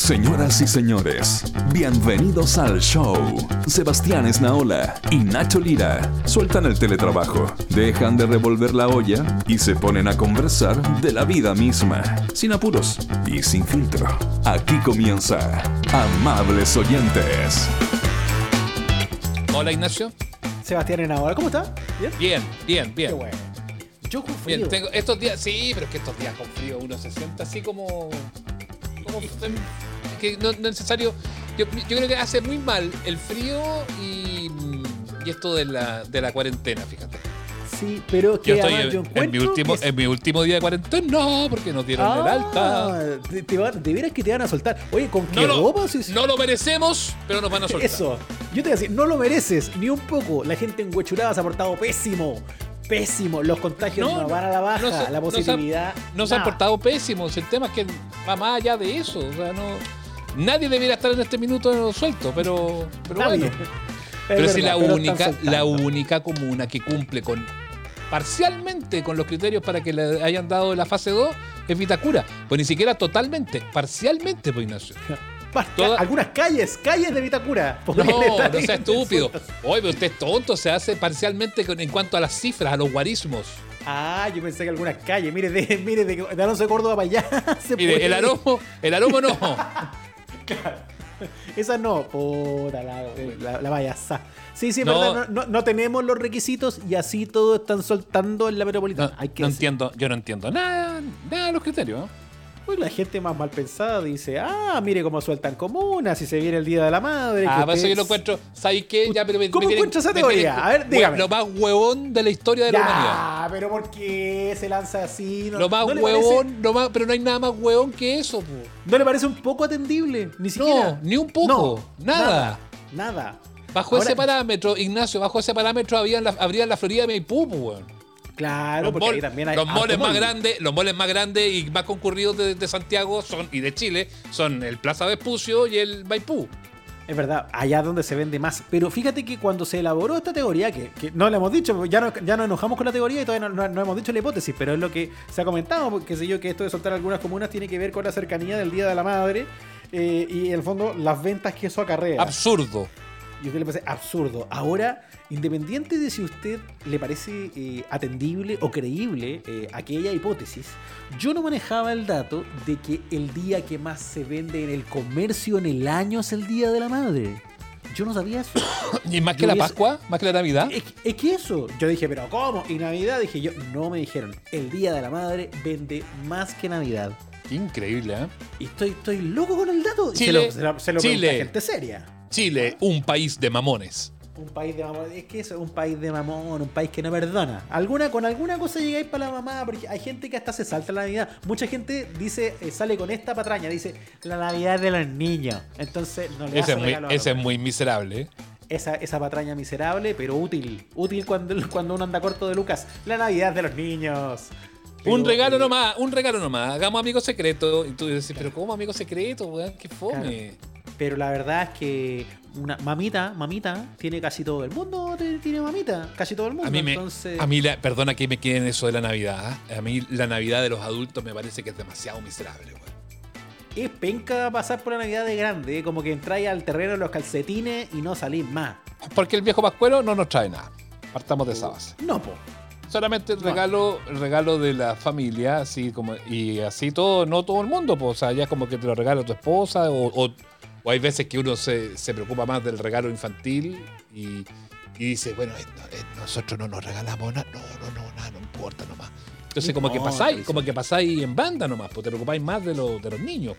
Señoras y señores, bienvenidos al show. Sebastián Esnaola y Nacho Lira sueltan el teletrabajo, dejan de revolver la olla y se ponen a conversar de la vida misma, sin apuros y sin filtro. Aquí comienza Amables Oyentes. Hola, Ignacio. Sebastián Esnaola, ¿cómo está? Bien. Qué bueno. Yo con frío. Bien, tengo estos días, sí, pero es que estos días con frío uno se siente así como que no es necesario. Yo creo que hace muy mal el frío y esto de la cuarentena, fíjate. Sí, pero que Yo además estoy encuentro en mi último día de cuarentena, no, porque nos dieron el alta. De veras que te van a soltar. Oye, ¿con qué No ropa? no lo merecemos, pero nos van a soltar. Eso. Yo te voy a decir, no lo mereces ni un poco. La gente en Huechuraba se ha portado pésimo. Pésimo. Los contagios no van a la baja. La positividad. No se han portado pésimos. El tema es que va más allá de eso. O sea, nadie debiera estar en este minuto suelto, pero bueno. Pero si la única comuna que cumple parcialmente con los criterios para que le hayan dado la fase 2 es Vitacura. Pues ni siquiera totalmente, parcialmente, pues, Ignacio. Algunas calles de Vitacura. No sea estúpido. Oye, pero usted es tonto, se hace parcialmente en cuanto a las cifras, a los guarismos. Ah, yo pensé que algunas calles, mire de Alonso de Córdoba para allá. Mire, el aromo no. Esa no, puta la vallasa. Sí, es verdad, no tenemos los requisitos y así todos están soltando en la metropolitana. Yo no entiendo nada de los criterios, ¿no? Pues la gente más mal pensada dice, mire cómo sueltan comunas, si se viene el Día de la Madre. Por eso yo lo encuentro, ¿sabes qué? ¿Cómo encuentras esa teoría? A ver, dígame. Lo más huevón de la historia de la humanidad. Pero ¿por qué se lanza así? Lo más huevón, pero no hay nada más huevón que eso, po. ¿No le parece un poco atendible? Ni siquiera. No, ni un poco. Nada. Bajo ese parámetro, Ignacio, habría la Florida de Maipú, weón. Claro, porque ahí también hay los moles más grandes y más concurridos de Santiago y de Chile son el Plaza Vespucio y el Maipú. Es verdad, allá donde se vende más. Pero fíjate que cuando se elaboró esta teoría, que no le hemos dicho, ya nos enojamos con la teoría y todavía no hemos dicho la hipótesis, pero es lo que se ha comentado, porque sé yo que esto de soltar algunas comunas tiene que ver con la cercanía del Día de la Madre y en el fondo las ventas que eso acarrea. Absurdo. Y a usted le parece absurdo. Ahora, independiente de si a usted le parece atendible o creíble aquella hipótesis, yo no manejaba el dato de que el día que más se vende en el comercio en el año es el Día de la Madre. Yo no sabía eso. ¿Y más que la Pascua? ¿Más que la Navidad? Es que eso. Yo dije, ¿pero cómo? ¿Y Navidad? Dije yo, no me dijeron. El Día de la Madre vende más que Navidad. Qué increíble, ¿eh? Y estoy loco con el dato. Chile, se lo pregunta gente seria. Chile, un país de mamones. Un país de mamón, es que eso es un país de mamón, un país que no perdona. Con alguna cosa llegáis para la mamá, porque hay gente que hasta se salta la Navidad. Mucha gente dice, sale con esta patraña, dice, la Navidad de los niños. Entonces no le hace regalo a ese es muy miserable, ¿eh? Esa patraña miserable, pero útil. Útil cuando uno anda corto de lucas. La Navidad de los niños. Pero, un regalo nomás. Hagamos amigos secretos. Y tú dices, pero ¿cómo amigos secretos, weón? Qué fome. Claro. Pero la verdad es que una mamita, tiene casi todo el mundo, tiene mamita, casi todo el mundo. Perdona que me quede en eso de la Navidad. A mí la Navidad de los adultos me parece que es demasiado miserable, güey. Es penca pasar por la Navidad de grande, como que entráis al terreno de los calcetines y no salís más. Porque el viejo pascuero no nos trae nada. Partamos de esa base. No, po. Solamente el regalo de la familia, así como, y así todo, no todo el mundo, pues, o sea, ya es como que te lo regala tu esposa o hay veces que uno se preocupa más del regalo infantil y dice, bueno, nosotros no nos regalamos nada. No, no importa nomás. Entonces como que pasáis en banda nomás, pues te preocupáis más de los niños.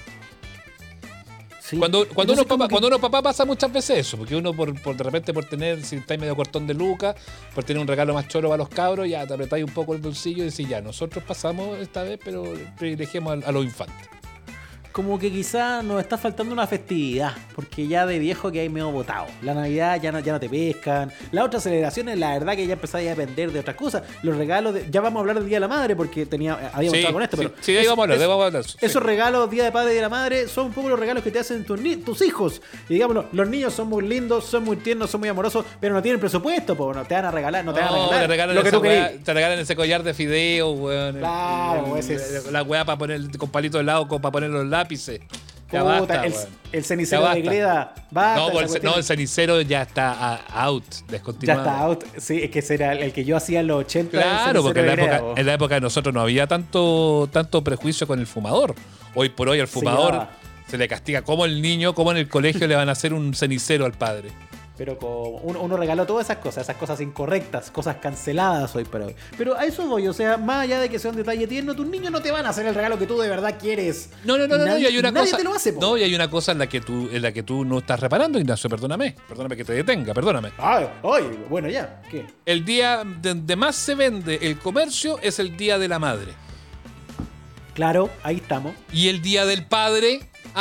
Sí. Cuando uno papá pasa muchas veces eso, porque uno de repente por tener, si estáis medio cortón de lucas, por tener un regalo más choro para los cabros, ya te apretáis un poco el bolsillo y decís, ya, nosotros pasamos esta vez, pero privilegiemos a los infantes. Como que quizás nos está faltando una festividad, porque ya de viejo que hay medio botado. La Navidad ya no te pescan. Las otras celebraciones, la verdad que ya empezáis a depender de otras cosas. Los regalos, ya vamos a hablar del Día de la Madre, porque habíamos estado con esto. Pero sí, ahí vamos a hablar. Esos regalos, Día de Padre y de la Madre, son un poco los regalos que te hacen tus hijos. Y digámoslo, los niños son muy lindos, son muy tiernos, son muy amorosos, pero no tienen presupuesto, pues no te van a regalar, te regalan lo que tú querés. Te regalan ese collar de fideos, weón. Claro, la weá para poner con palito de helado, para poner los lápices. Ya Puta, basta, el, weón. el cenicero Ya de basta. Greda. Basta, No, esa el cuestión. cenicero ya está out, Ya descontinuado. está out. Sí, es que ese era el que yo hacía en los 80. Claro, porque en en la época de nosotros no había tanto prejuicio con el fumador. Hoy por hoy al fumador llevaba. se le castiga como el niño, como en el colegio le van a hacer un cenicero al padre. Pero uno regaló todas esas cosas incorrectas, cosas canceladas hoy por hoy. Pero a eso voy, o sea, más allá de que sea un detalle tierno, tus niños no te van a hacer el regalo que tú de verdad quieres. No, Nadie- y hay una nadie cosa. te lo hace, po. No, y hay una cosa en la que tú no estás reparando, Ignacio, perdóname que te detenga, perdóname. Ay, bueno, ya, ¿qué? El día donde más se vende el comercio es el Día de la Madre. Claro, ahí estamos. Y el Día del Padre,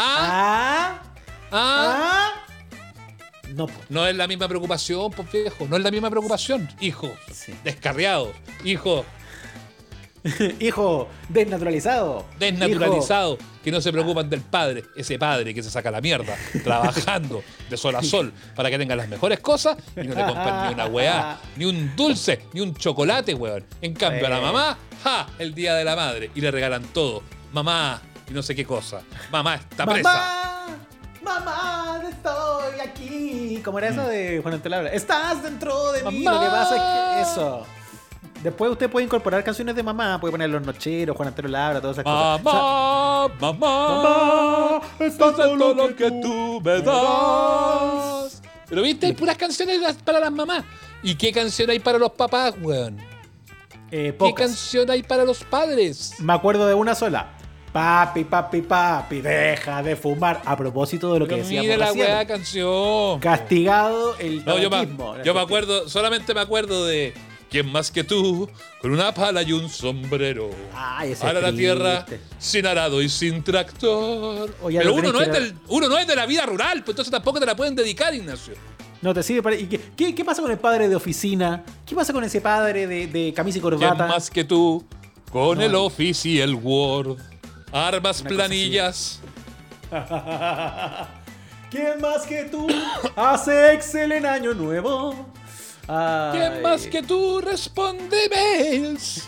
No, po. no es la misma preocupación, pues viejo, no es la misma preocupación. Hijo, Sí. descarriado, hijo, Hijo, desnaturalizado. desnaturalizado, que no se preocupan del padre, ese padre que se saca la mierda, trabajando de sol a sol para que tenga las mejores cosas y no le compran ni una weá, ni un dulce, ni un chocolate, weón. En cambio a la mamá, el Día de la Madre, y le regalan todo. Mamá, y no sé qué cosa. Mamá está presa. Mamá, estoy aquí. ¿Cómo era eso de Juan Antonio Labra? Estás dentro de mí. Mamá. Lo que pasa es que eso. Después usted puede incorporar canciones de mamá, puede poner Los Nocheros, Juan Antonio Labra, todas esas cosas. O sea, Mamá, estás es todo lo que tú me das. Pero viste, hay puras canciones para las mamás. ¿Y qué canción hay para los papás, weón? ¿Qué pocas. canción hay para los padres? Me acuerdo de una sola. Papi, papi, papi, deja de fumar. A propósito de lo que Pero decíamos mire la recién. weá canción. Castigado el No, tabaquismo. yo me acuerdo, solamente me acuerdo de ¿quién más que tú? Con una pala y un sombrero. Ay, ese Para es la tierra, triste. sin arado y sin tractor. Oye, Pero lo uno tenés no, que es uno no es de la vida rural, pues entonces tampoco te la pueden dedicar, Ignacio. No te sirve para... ¿Y qué pasa con el padre de oficina? ¿Qué pasa con ese padre de camisa y ¿Quién corbata? más que tú? Con No. el Office y el Word. Armas Una cosa planillas. ¿Quién más que tú hace Excel en año nuevo? Ay. ¿Quién más que tú responde mails?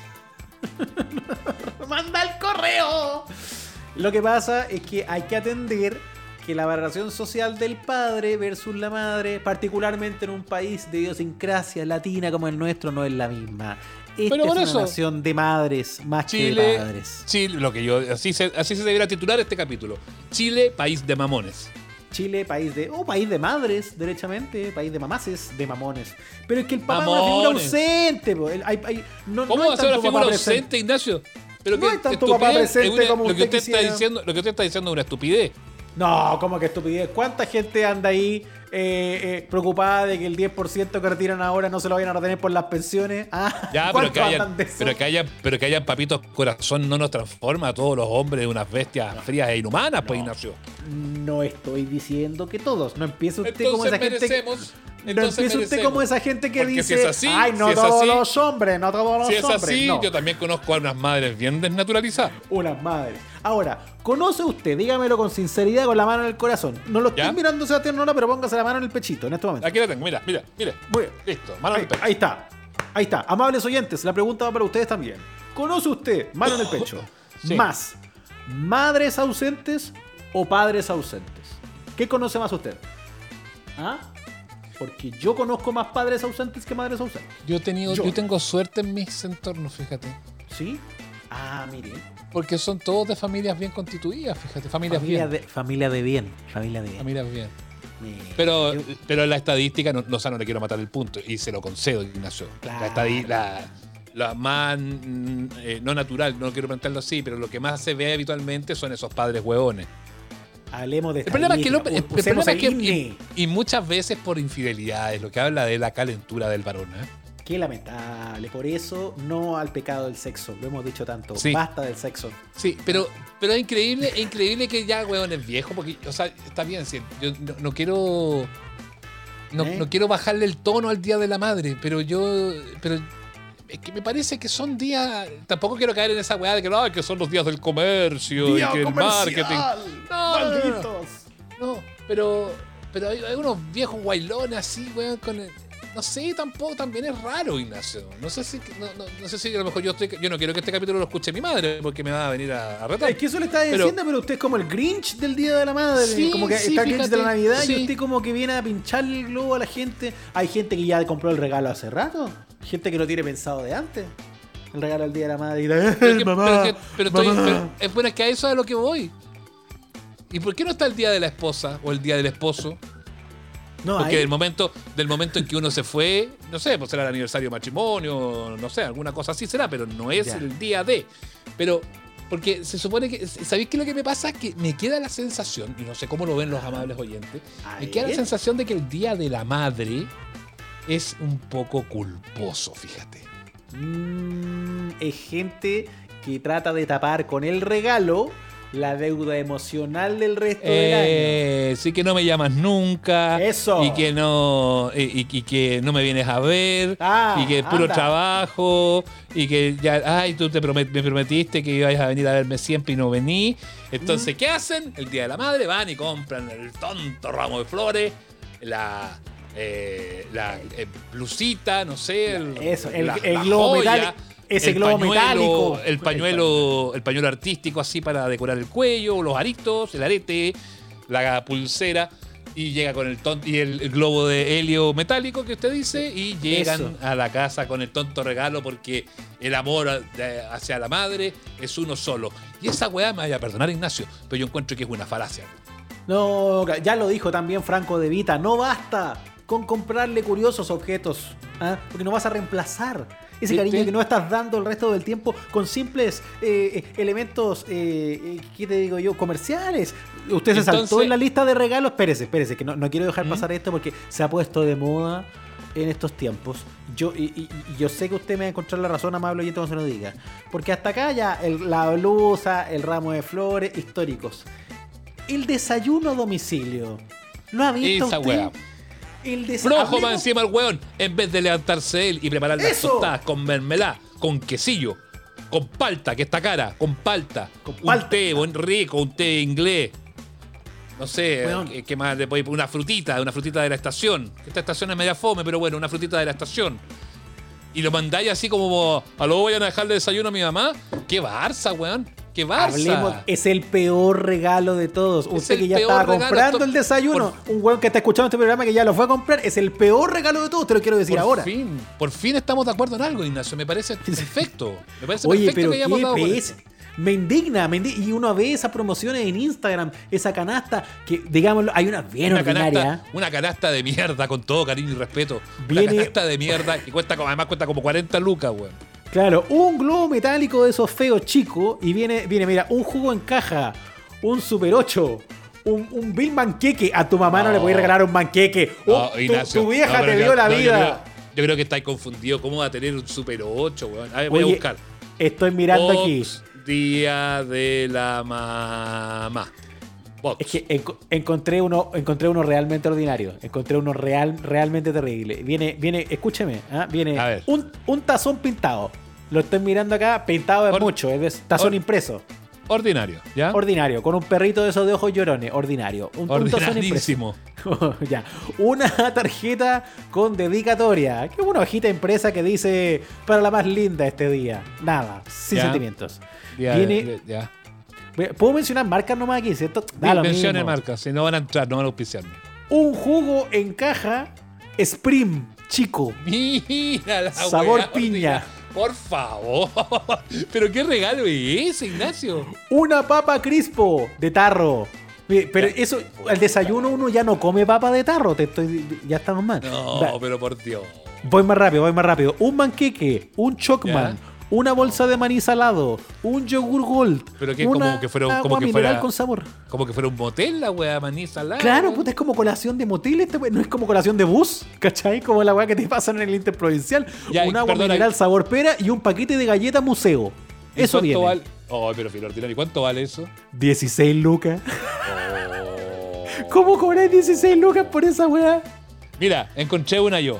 ¡Manda el correo! Lo que pasa es que hay que atender que la valoración social del padre versus la madre, particularmente en un país de idiosincrasia latina como el nuestro, no es la misma. Esta Pero por es eso, una nación de madres más que de Chile, padres. Chile, lo que yo así se debería titular este capítulo. Chile, país de mamones. Chile, país de madres, derechamente, país de mamaces, de mamones. Pero es que el papá es una Mamones. figura ausente, po. No, ¿Cómo no va a ser una tanto figura papá presente. ausente, Ignacio? Pero No hay tanto papá presente como lo que usted usted está quisiera. diciendo, lo que usted está diciendo es una estupidez. No, como que estupidez. ¿Cuánta gente anda ahí preocupada de que el 10% que retiran ahora no se lo vayan a retener por las pensiones? Ah, Ya, ¿cuántos andan de eso? pero que hayan papitos corazón no nos transforma a todos los hombres de unas bestias frías e inhumanas, pues, Ignacio. No estoy diciendo que todos. No empiece usted como Entonces esa gente. No entonces empiece usted merecemos. como esa gente que Porque dice, si es así, ay, no si es todos así- los hombres, no todos los Si es hombres. así, no. yo también conozco a unas madres bien desnaturalizadas. Unas madres. Ahora, ¿conoce usted? Dígamelo con sinceridad, con la mano en el corazón. No lo ¿Ya? estoy mirando, Sebastián Nola, pero póngase la mano en el pechito en este momento. Aquí la tengo, mira. Muy bien. Listo, mano en el pecho. Ahí está. Ahí está. Amables oyentes, la pregunta va para ustedes también. ¿Conoce usted, mano en el pecho, Sí. más madres ausentes o padres ausentes? ¿Qué conoce más usted? ¿Ah? Porque yo conozco más padres ausentes que madres ausentes. Yo tengo suerte en mis entornos, fíjate. ¿Sí? Ah, mire. Porque son todos de familias bien constituidas, fíjate. Familia de bien. Familia de bien. Familia de bien. Familias bien. Mire, Pero, yo- pero la estadística, no le quiero matar el punto, y se lo concedo, Ignacio. Claro. La más no natural, no quiero plantearlo así, pero lo que más se ve habitualmente son esos padres huevones. Hablemos de El problema es que, estadística. el problema Usemos es que el INE. y muchas veces por infidelidades, lo que habla de la calentura del varón. ¿Eh? Qué lamentable. Por eso, no al pecado del sexo. Lo hemos dicho tanto. Sí. Basta del sexo. Sí, pero es increíble que ya, weón, es viejo, porque, o sea, está bien, sí, yo no quiero. No quiero bajarle el tono al Día de la Madre, pero es que me parece que son días. Tampoco quiero caer en esa weá de que no, que son los días del comercio Día y que el comercial. marketing. No, Malditos. No, pero hay unos viejos guaylones así, weón, no sé, tampoco, también es raro, Ignacio. No sé si a lo mejor yo no quiero que este capítulo lo escuche mi madre, porque me va a venir a retar. Es que eso le estaba diciendo, pero usted es como el Grinch del Día de la Madre. Sí, como que sí, está el Grinch fíjate, de la Navidad sí. y usted como que viene a pincharle el globo a la gente. Hay gente que ya compró el regalo hace rato. Gente que lo tiene pensado de antes. El regalo del Día de la Madre. Y es que a eso es a lo que voy. ¿Y por qué no está el día de la esposa o el día del esposo? No, Porque hay- del momento en que uno se fue, no sé, pues será el aniversario de matrimonio, no sé, alguna cosa así será, pero no es Ya. el día de. Pero, porque se supone que, ¿sabéis qué es lo que me pasa? Que me queda la sensación, y no sé cómo lo ven los amables oyentes, A me queda la ver. sensación de que el día de la madre es un poco culposo, fíjate. Es gente que trata de tapar con el regalo la deuda emocional del resto del año. Sí, que no me llamas nunca. Eso. Y que no, y que no me vienes a ver. Ah, Y que es puro anda. trabajo. Y que ya, ay, tú me prometiste que ibas a venir a verme siempre y no vení. Entonces, ¿qué hacen? El Día de la Madre van y compran el tonto ramo de flores, la blusita, no sé, Eso, el la globo joya, metálico. Ese el globo pañuelo, metálico. el pañuelo artístico así para decorar el cuello, los aritos, el arete, la pulsera, y llega con el globo de helio metálico que usted dice, y llegan Eso. a la casa con el tonto regalo porque el amor hacia la madre es uno solo. Y esa weá me vaya a perdonar, Ignacio, pero yo encuentro que es una falacia. No, ya lo dijo también Franco De Vita, no basta con comprarle curiosos objetos, ¿ah? Porque no vas a reemplazar ese ¿Viste? cariño que no estás dando el resto del tiempo con simples elementos, ¿qué te digo yo? Comerciales. Usted se saltó Entonces- en la lista de regalos. Espérese, que no quiero dejar pasar esto porque se ha puesto de moda en estos tiempos. Y yo sé que usted me va a encontrar la razón, amable oyente, cuando se lo diga. Porque hasta acá ya la blusa, el ramo de flores, históricos. El desayuno a domicilio. ¿Lo ha visto Esa usted? weá. El desayuno. Flojo más encima el weón, en vez de levantarse él y preparar las ¡Eso! tostadas con mermelada, con quesillo, con palta, que está cara, con palta, Con un palta. té buen rico, un té inglés. No sé, Weón. ¿qué más le podéis poner? Una frutita de la estación. Esta estación es media fome, pero bueno, una frutita de la estación. Y lo mandáis así como, ¿a lo vayan a dejar de desayuno a mi mamá? ¡Qué Barça, weón! ¡Qué Barça! Hablemos, es el peor regalo de todos. Usted el que ya peor estaba regalo, comprando esto- el desayuno, un weón que está escuchando este programa que ya lo fue a comprar, es el peor regalo de todos, te lo quiero decir ahora. Por fin estamos de acuerdo en algo, Ignacio. Me parece perfecto. Me parece Oye, perfecto pero que hayamos qué dado con pez. esto. Me indigna. Y uno ve esas promociones en Instagram, esa canasta, que digámoslo, hay una bien ordinaria. Una canasta de mierda, con todo cariño y respeto. Viene- Una canasta de mierda que además cuesta como 40 lucas, weón. Claro, un globo metálico de esos feos chicos y viene, mira, un jugo en caja, un Super 8, un Bill Manqueque. A tu mamá no le podías regalar un manqueque. No, Tu Ignacio, vieja no, te pero dio la no, vida. Yo creo que estáis confundido. ¿Cómo va a tener un Super 8, weón? A ver, voy a Oye, buscar. estoy mirando aquí. Box Día de la Mamá. Box. Es que encontré uno realmente ordinario. Encontré uno realmente terrible. Viene, escúcheme, ¿ah? Viene A ver. un tazón pintado. Lo estoy mirando acá, pintado es mucho, es de tazón impreso. Ordinario, ¿ya? Ordinario, con un perrito de esos de ojos llorones, ordinario. Un tazón impreso. Ordinarísimo. Ya. Una tarjeta con dedicatoria. Que es una hojita impresa que dice para la más linda este día. Nada, sin Ya. sentimientos. Ya, Viene. ya. ¿Puedo mencionar marcas nomás aquí, cierto? Da lo Mencione mismo. marcas, si no van a entrar, no van a auspiciarme. Un jugo en caja Sprim chico. Mira la Sabor weá piña. ordinaria. Por favor. Pero qué regalo es ese, Ignacio. Una papa crispo de tarro. Pero eso, al desayuno uno ya no come papa de tarro. Ya estamos mal. No, Va, pero por Dios. voy más rápido. Un manqueque, un chocman, una bolsa de maní salado, un yogur gold. Pero que una como que fuera agua mineral fuera con sabor. como que fuera un motel la weá, maní salada. Claro, weón. puta, es como colación de motel, no es como colación de bus, ¿cachai? Como la weá que te pasan en el Interprovincial. Ya, un agua perdona, mineral sabor pera y un paquete de galleta museo. ¿Y Eso cuánto viene. vale? Oh, pero filo ordinario. ¿Cuánto vale eso? 16 lucas. Oh. ¿Cómo cobrar 16 lucas por esa weá? Mira, encontré una yo.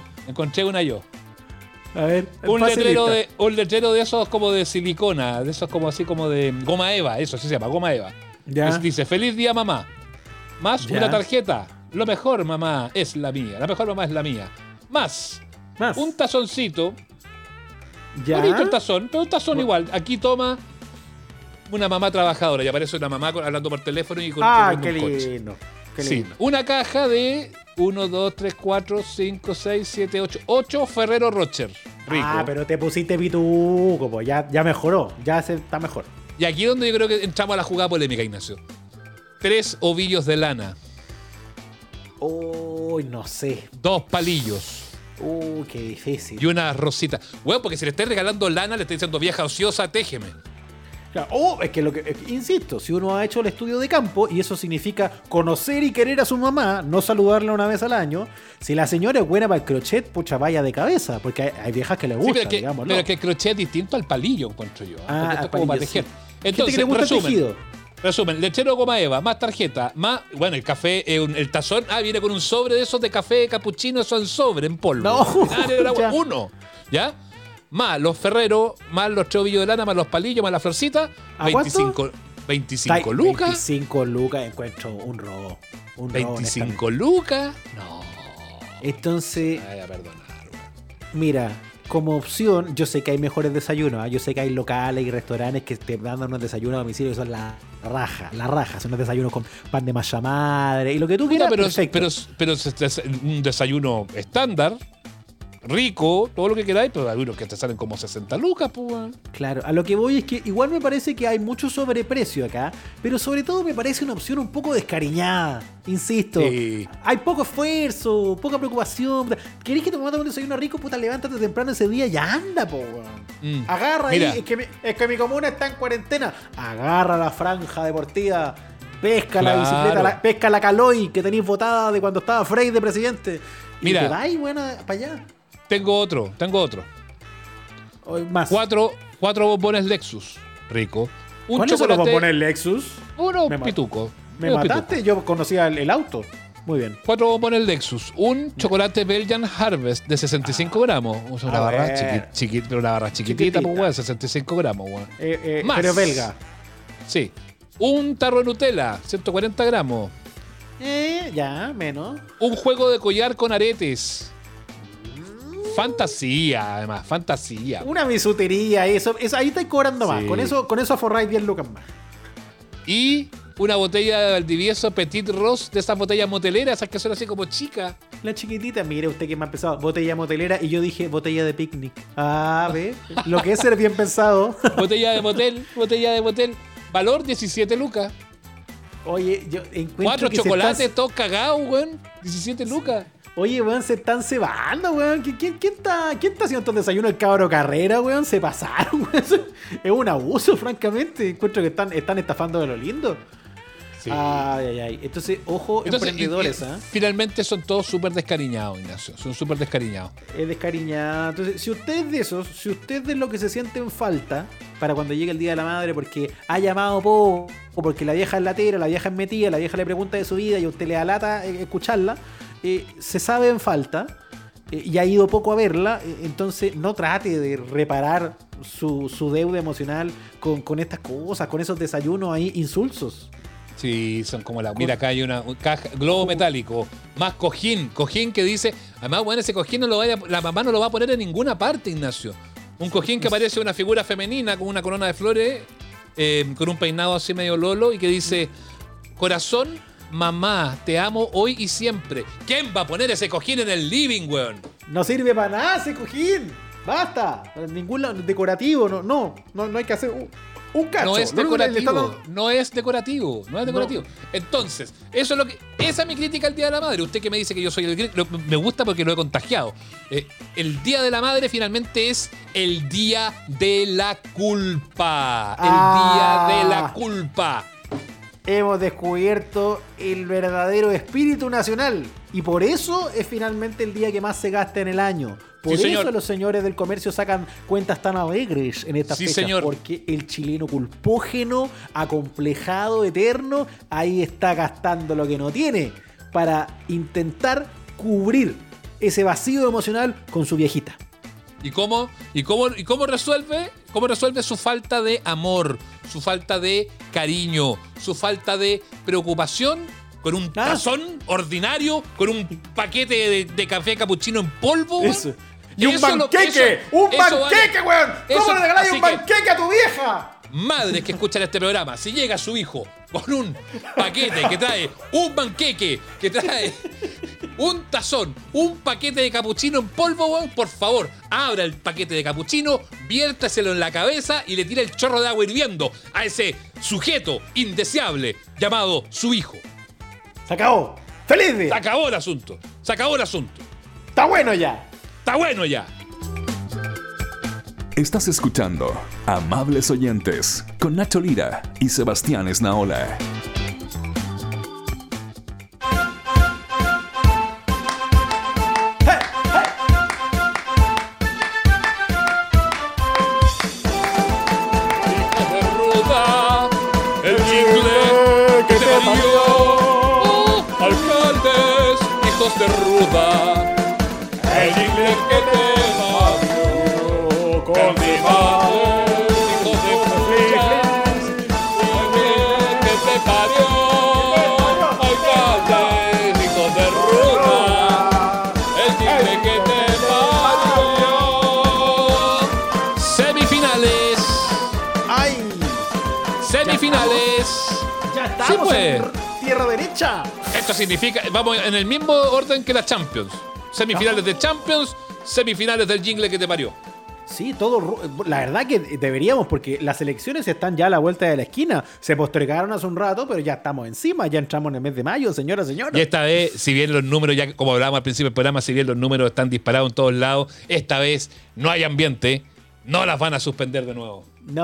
A ver, Un pase letrero, lista. un letrero de esos como de silicona, de esos como así como de goma eva, eso así se llama, goma eva. Ya. Dice, feliz día mamá. Más Ya. una tarjeta. Lo mejor mamá es la mía. La mejor mamá es la mía. Más Más. un tazoncito. Ya. Bonito el tazón, pero el tazón igual. Aquí toma una mamá trabajadora y aparece una mamá hablando por teléfono y con Qué un coche. lindo. Qué Sí, lindo. una caja de 1, 2, 3, 4, 5, 6, 7, 8. 8 Ferrero Rocher. Rico. Pero te pusiste pituco, pues ya mejoró. Ya está mejor. Y aquí es donde yo creo que entramos a la jugada polémica, Ignacio. 3 ovillos de lana. Uy, no sé. 2 palillos. Qué difícil. Y una rosita. Bueno, porque si le estáis regalando lana, le estáis diciendo vieja ociosa, téjeme. Claro, es que insisto, si uno ha hecho el estudio de campo y eso significa conocer y querer a su mamá, no saludarla una vez al año, si la señora es buena para el crochet, pucha, vaya de cabeza, porque hay viejas que le Sí, gustan, digámoslo. pero que el crochet es distinto al palillo, encuentro yo. Porque esto al es como para palillo, tejer. sí. Gente Entonces, que le gusta el resumen. tejido. Resumen, lechero goma eva, más tarjeta, más, bueno, el café, el tazón, viene con un sobre de esos de café capuchino, eso en sobre, en polvo. No, Ordinario el agua, ya. uno, ¿ya? Más los ferreros, más los chovillos de lana, más los palillos, más la florcita, ¿A cuánto? 25 lucas. 25 lucas encuentro un robo. 25 lucas. No. Entonces, Ay, a perdonar, weón. mira, como opción, yo sé que hay mejores desayunos, ¿ah? Yo sé que hay locales y restaurantes que te dan unos desayunos a domicilio que son la raja, son unos desayunos con pan de masa madre y lo que tú quieras, Pero perfecto. un desayuno estándar, rico, todo lo que queráis, pero hay unos que te salen como 60 lucas, pues, weón. Claro, a lo que voy es que igual me parece que hay mucho sobreprecio acá, pero sobre todo me parece una opción un poco descariñada, insisto. Sí. Hay poco esfuerzo, poca preocupación. ¿Querés que te mandes un desayuno rico? Puta, levántate temprano ese día y anda, po, weón. Agarra Mira. ahí, es que mi comuna está en cuarentena. Agarra la franja deportiva, pesca la Claro. bicicleta, pesca la Caloi que tenéis votada de cuando estaba Frey de presidente. Y Mira. te vais, buena, para allá. Tengo otro. Más. Cuatro bombones Lexus, rico. Un ¿Cuáles son los chocolate, bombones Lexus? uno Me ma- pituco. ¿Me uno mataste? pituco. Yo conocía el auto. Muy bien. 4 bombones Lexus. Un chocolate Belgian Harvest de 65 gramos. O sea, una A barra ver. pero una barra chiquitita, Chiquitita. pues, weón, 65 gramos, weón. Más. Pero belga. Sí. Un tarro de Nutella, 140 gramos. Ya, menos. Un juego de collar con aretes. Fantasía, además, fantasía. Una bisutería, eso ahí estáis cobrando más. Sí. Con eso forráis 10 lucas más. Y una botella de Valdivieso Petit Rose, de esas botellas moteleras, esas que son así como chicas. La chiquitita, mire usted que me ha pensado. Botella motelera y yo dije botella de picnic. Ve. Lo que es ser bien pensado. Botella de motel. Valor 17 lucas. Oye, yo encuentro 4 que chocolates, todos cagados, weón. 17 lucas. Oye, weón, se están cebando, weón. ¿Quién está haciendo estos desayunos? El cabro Carrera, weón. Se pasaron, weón. Es un abuso, francamente. Encuentro que están estafando de lo lindo. Sí. Ay. Entonces, ojo, emprendedores, ¿ah? Finalmente son todos súper descariñados, Ignacio. Son súper descariñados. Es descariñada. Entonces, si usted es de esos, si usted es de lo que se siente en falta para cuando llegue el Día de la Madre porque ha llamado poco, o porque la vieja es latera, la vieja es metida, la vieja le pregunta de su vida y a usted le da lata escucharla, se sabe en falta y ha ido poco a verla, entonces no trate de reparar su deuda emocional con estas cosas, con esos desayunos ahí insulsos. Sí, son como la. Mira, acá hay una caja, globo metálico, más cojín que dice. Además, bueno, ese cojín la mamá no lo va a poner en ninguna parte, Ignacio. Un cojín que parece una figura femenina con una corona de flores, con un peinado así medio lolo y que dice: Corazón, mamá, te amo hoy y siempre. ¿Quién va a poner ese cojín en el living, weón? No sirve para nada ese cojín. Basta. Ningún decorativo. No hay que hacer un cacho. No es Lo único que le está decorativo, dando- no es decorativo. No. Entonces, eso es esa es mi crítica al Día de la Madre. Usted que me dice que yo soy me gusta porque lo he contagiado. El Día de la Madre finalmente es el Día de la Culpa. El Día de la Culpa. Hemos descubierto el verdadero espíritu nacional. Y por eso es finalmente el día que más se gasta en el año. Por Sí, eso señor. los señores del comercio sacan cuentas tan alegres en estas Sí, fechas. señor. Porque el chileno culpógeno, acomplejado, eterno, ahí está gastando lo que no tiene para intentar cubrir ese vacío emocional con su viejita. ¿Y cómo resuelve? ¿Cómo resuelve su falta de amor, su falta de cariño, su falta de preocupación? Con un tazón ordinario, con un paquete de café capuchino en polvo, weón. Eso. Y un panqueque. ¡Un panqueque, weón! ¿Cómo le regaláis un panqueque a tu vieja? Madres que escuchan este programa, si llega su hijo con un paquete que trae un panqueque, que trae un tazón, un paquete de capuchino en polvo, weón, por favor, abra el paquete de capuchino, viértaselo en la cabeza y le tira el chorro de agua hirviendo a ese sujeto indeseable llamado su hijo. Se acabó. ¡Feliz día! Se acabó el asunto. Se acabó el asunto. ¡Está bueno ya! Está bueno ya. Estás escuchando Amables Oyentes con Nacho Lira y Sebastián Esnaola. El jingle que te parió, alcaldes, hijos de ruda. El jingle que te parió, con mi madre, hijos de ruda. Que te parió, alcaldes, hijos de ruda. El jingle que te parió. Semifinales. ¡Ay! Semifinales. ¡Ya estamos Sí, pues. en tierra derecha! Esto significa, vamos en el mismo orden que la Champions. Semifinales de Champions, semifinales del jingle que te parió. Sí, todo. La verdad que deberíamos, porque las elecciones están ya a la vuelta de la esquina. Se postergaron hace un rato, pero ya estamos encima. Ya entramos en el mes de mayo, señoras y señores. Y esta vez, si bien los números, ya como hablábamos al principio del programa, si bien los números están disparados en todos lados, esta vez no hay ambiente, no las van a suspender de nuevo.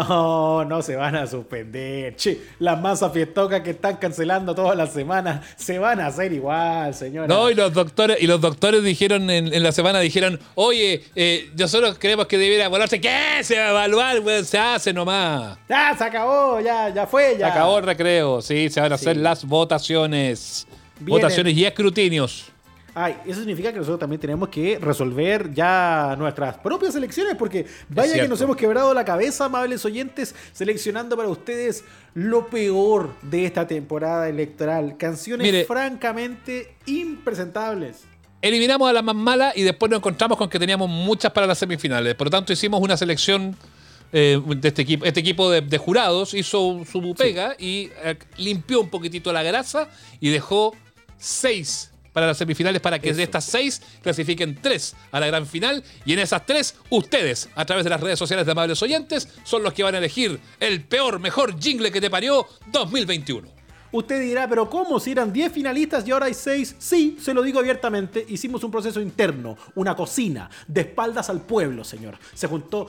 No se van a suspender. Che, las masas fiestocas que están cancelando todas las semanas se van a hacer igual, señora. No, y los doctores dijeron en la semana, dijeron, oye, nosotros creemos que debiera evaluarse. ¿Qué? Se va a evaluar, weón, se hace nomás. Ya, se acabó, ya fue, ya. Se acabó el recreo, sí, se van a hacer las votaciones. Vienen. Votaciones y escrutinios. Ay, eso significa que nosotros también tenemos que resolver ya nuestras propias elecciones, porque vaya que nos hemos quebrado la cabeza, amables oyentes, seleccionando para ustedes lo peor de esta temporada electoral. Canciones francamente impresentables. Eliminamos a las más malas y después nos encontramos con que teníamos muchas para las semifinales. Por lo tanto, hicimos una selección de este equipo. Este equipo de jurados hizo su pega y limpió un poquitito la grasa y dejó 6 para las semifinales, para que de estas 6 clasifiquen 3 a la gran final. Y en esas 3, ustedes, a través de las redes sociales de Amables Oyentes, son los que van a elegir el mejor jingle que te parió 2021. Usted dirá, pero ¿cómo? Si eran 10 finalistas y ahora hay 6. Sí, se lo digo abiertamente. Hicimos un proceso interno, una cocina, de espaldas al pueblo, señor. Se juntó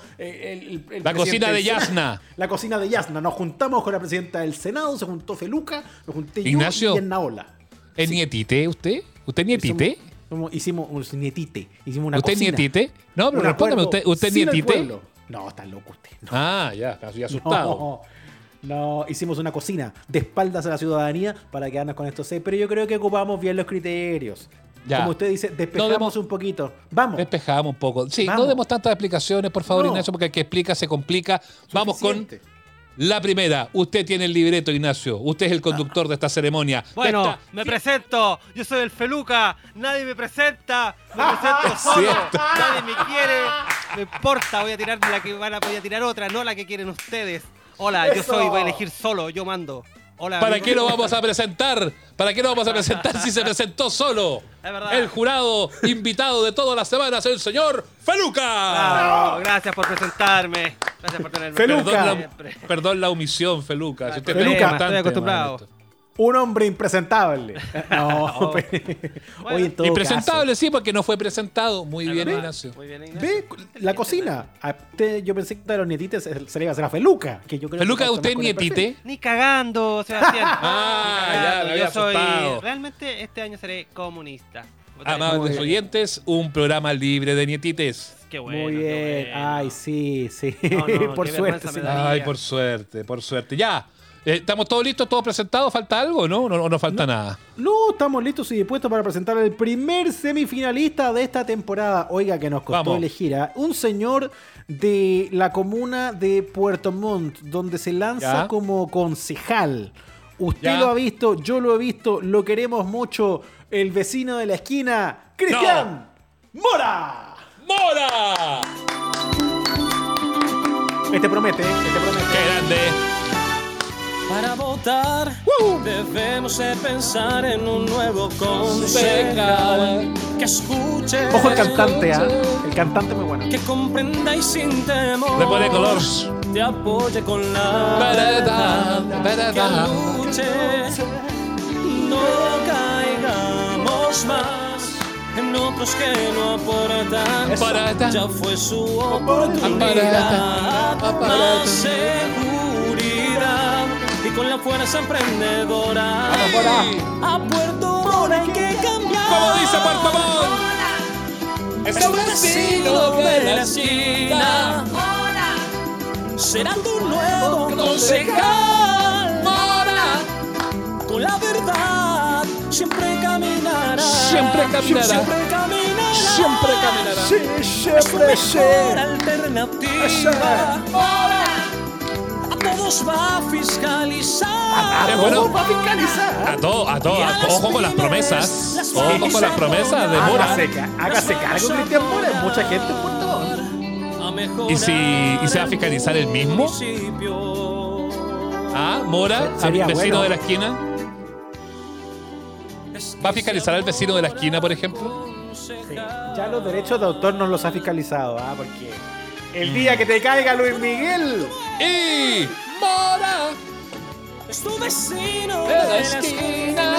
la cocina de Yasna. La cocina de Yasna. Nos juntamos con la presidenta del Senado, se juntó Feluca, nos junté Ignacio, yo y Esnaola. ¿Es nietite usted? ¿Usted nietite? Hicimos un nietite. Hicimos una ¿Usted cocina. nietite? No, pero respóndame, ¿usted nietite? No, está loco usted. No. Ah, ya, estoy asustado. No, hicimos una cocina de espaldas a la ciudadanía para quedarnos con estos 6, pero yo creo que ocupamos bien los criterios. Ya. Como usted dice, despejamos un poquito. Vamos. Despejamos un poco. Sí, vamos. No demos tantas explicaciones, por favor, Ignacio, porque el que explica se complica. Vamos con la primera. Usted tiene el libreto, Ignacio. Usted es el conductor de esta ceremonia. Bueno, me presento. Yo soy el Feluca. Nadie me presenta. Me presento solo. Nadie me quiere. No importa. Voy a tirar la que voy a tirar otra, no la que quieren ustedes. Hola, yo voy a elegir solo. Yo mando. Hola, ¿para qué lo vamos a presentar? ¿Para qué lo vamos a presentar si se presentó solo? Es verdad. El jurado invitado de todas las semanas, el señor Feluca. Claro, gracias por presentarme. Gracias por tenerme. Feluca. Perdón la omisión, Feluca. Si usted Feluca, estoy acostumbrado. Un hombre impresentable. No, bueno, oye, en todo impresentable, caso. Sí, porque no fue presentado. Muy bien, Ignacio. Muy bien, Ignacio. Ve la cocina. Yo pensé que de los nietites se le iba a hacer a Feluca. Que yo creo Feluca, que ¿usted nietite? Ni cagando, Sebastián. Ya, me había asustado. Realmente este año seré comunista. Amables oyentes, un programa libre de nietites. Qué bueno. Muy bien. Qué bueno. Ay, sí. No, por suerte. Ay, por suerte. Ya. ¿Estamos todos listos, todos presentados? ¿Falta algo? ¿No? No falta nada. No, estamos listos y dispuestos para presentar el primer semifinalista de esta temporada. Oiga, que nos costó elegir a un señor de la comuna de Puerto Montt, donde se lanza como concejal. Usted lo ha visto, yo lo he visto, lo queremos mucho. El vecino de la esquina, Cristian Mora. ¡Mora! Este promete. ¡Qué grande! Para votar debemos de pensar en un nuevo concejal que escuche, Ojo el cantante, ¿ah? El cantante muy bueno. que comprenda y sin temor Le pone color. te apoye con la Verdad. que luche. No caigamos más en otros que no aportan. Aparata. Ya fue su oportunidad. Aparata. Más seguridad y con la fuerza emprendedora. A Puerto Montt hay que cambiar. ¿Cómo dice Puerto Montt? Es un vecino de la esquina. Será tu nuevo concejal. Con la verdad siempre caminará. Siempre caminará. Siempre caminará. Siempre caminará. Sí, Es tu siempre sí. mejor alternativa. A todos va a fiscalizar. Es bueno. ¿Cómo va a fiscalizar? A todo. Ojo con las promesas. Ojo con las promesas de Mora. Hágase cargo, Cristian Mora. Hay mucha gente en Puerto Montt. ¿Y se va a fiscalizar el mismo? Ah, Mora, al Sería vecino bueno. de la esquina. ¿Va a fiscalizar al vecino de la esquina, por ejemplo? Sí. Ya los derechos de autor no los ha fiscalizado, ¿ah? Porque el día que te caiga Luis Miguel. ¡Y Mora! Es tu vecino De la esquina.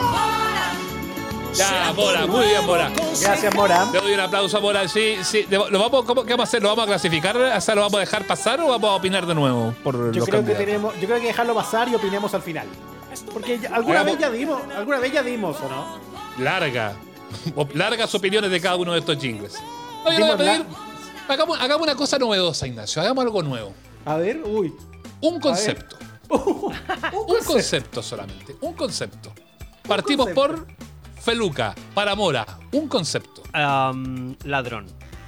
Ya, Mora, muy bien, Mora. Gracias, Mora. Le doy un aplauso a Mora. Sí. ¿Qué vamos a hacer? ¿Lo vamos a clasificar? O sea, ¿lo vamos a dejar pasar o vamos a opinar de nuevo por Yo los creo que candidatos? yo creo que dejarlo pasar y opinemos al final. Porque alguna vez ya dimos, ¿o no? Largas opiniones de cada uno de estos jingles. No, yo le voy a Dimos pedir. Hagamos una cosa novedosa, Ignacio. Hagamos algo nuevo. A ver, Un concepto. Un concepto solamente. Un concepto. Partimos por Feluca, para Mora. Un concepto. Ladrón.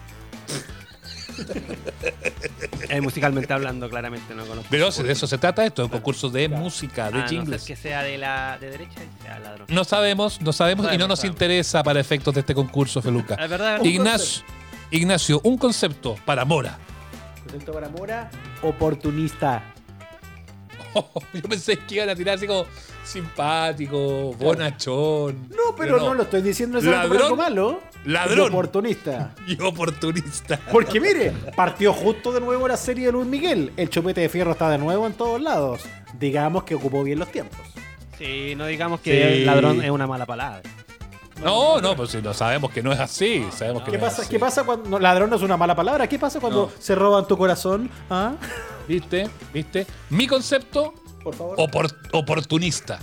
Musicalmente hablando, claramente no conozco. Pero de eso se trata esto, un concurso de música, de No jingles. ser que sea de derecha y sea ladrón. No sabemos y no nos interesa para efectos de este concurso, Feluca. Es verdad. Ignacio, un concepto para Mora. Concepto para Mora, oportunista. Yo pensé que iban a tirar así como simpático, bonachón. No, pero no lo estoy diciendo eso por Ladrón. algo malo. Ladrón. Y oportunista. Y oportunista. Porque mire, partió justo de nuevo la serie de Luis Miguel. El chupete de fierro está de nuevo en todos lados. Digamos que ocupó bien los tiempos. Sí, no digamos que ladrón es una mala palabra. No, pues si no sabemos que no es así. Sabemos que ¿Qué no es pasa? así. ¿Qué pasa cuando no, ladrón no es una mala palabra? ¿Qué pasa cuando se roban tu corazón? ¿Ah? ¿Viste? Mi concepto, Por favor. oportunista.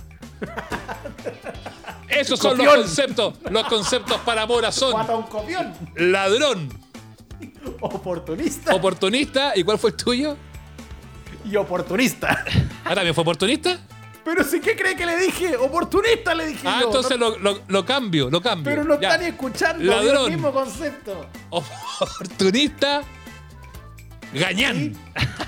Esos son Copión. los conceptos. Los conceptos para Mora son Guata un copión. ladrón, Oportunista. oportunista. ¿Y cuál fue el tuyo? Y oportunista. ¿Ah, también fue oportunista? Pero sí, ¿qué cree que le dije? Oportunista le dije yo. Entonces No- lo cambio. pero no Ya. están escuchando. Ladrón. Es el mismo concepto. Oportunista. Gañán.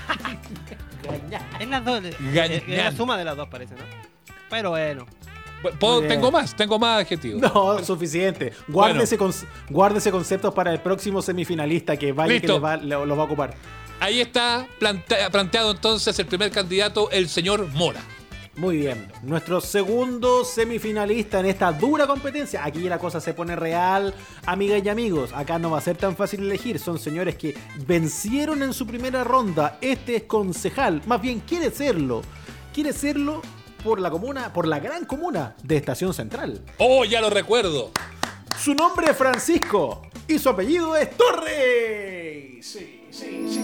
Es las dos. Gañán. Es la suma de las dos, parece, ¿no? Pero bueno. Muy bien. Tengo más adjetivos. No, suficiente. Guárdese conceptos para el próximo semifinalista que vaya Listo. que lo va a ocupar. Ahí está planteado entonces el primer candidato, el señor Mora. Muy bien. Nuestro segundo semifinalista en esta dura competencia. Aquí la cosa se pone real, amigas y amigos. Acá no va a ser tan fácil elegir. Son señores que vencieron en su primera ronda. Este es concejal. Más bien quiere serlo. Quiere serlo por la comuna, por la gran comuna de Estación Central. Oh, ya lo recuerdo. Su nombre es Francisco y su apellido es Torres. Sí.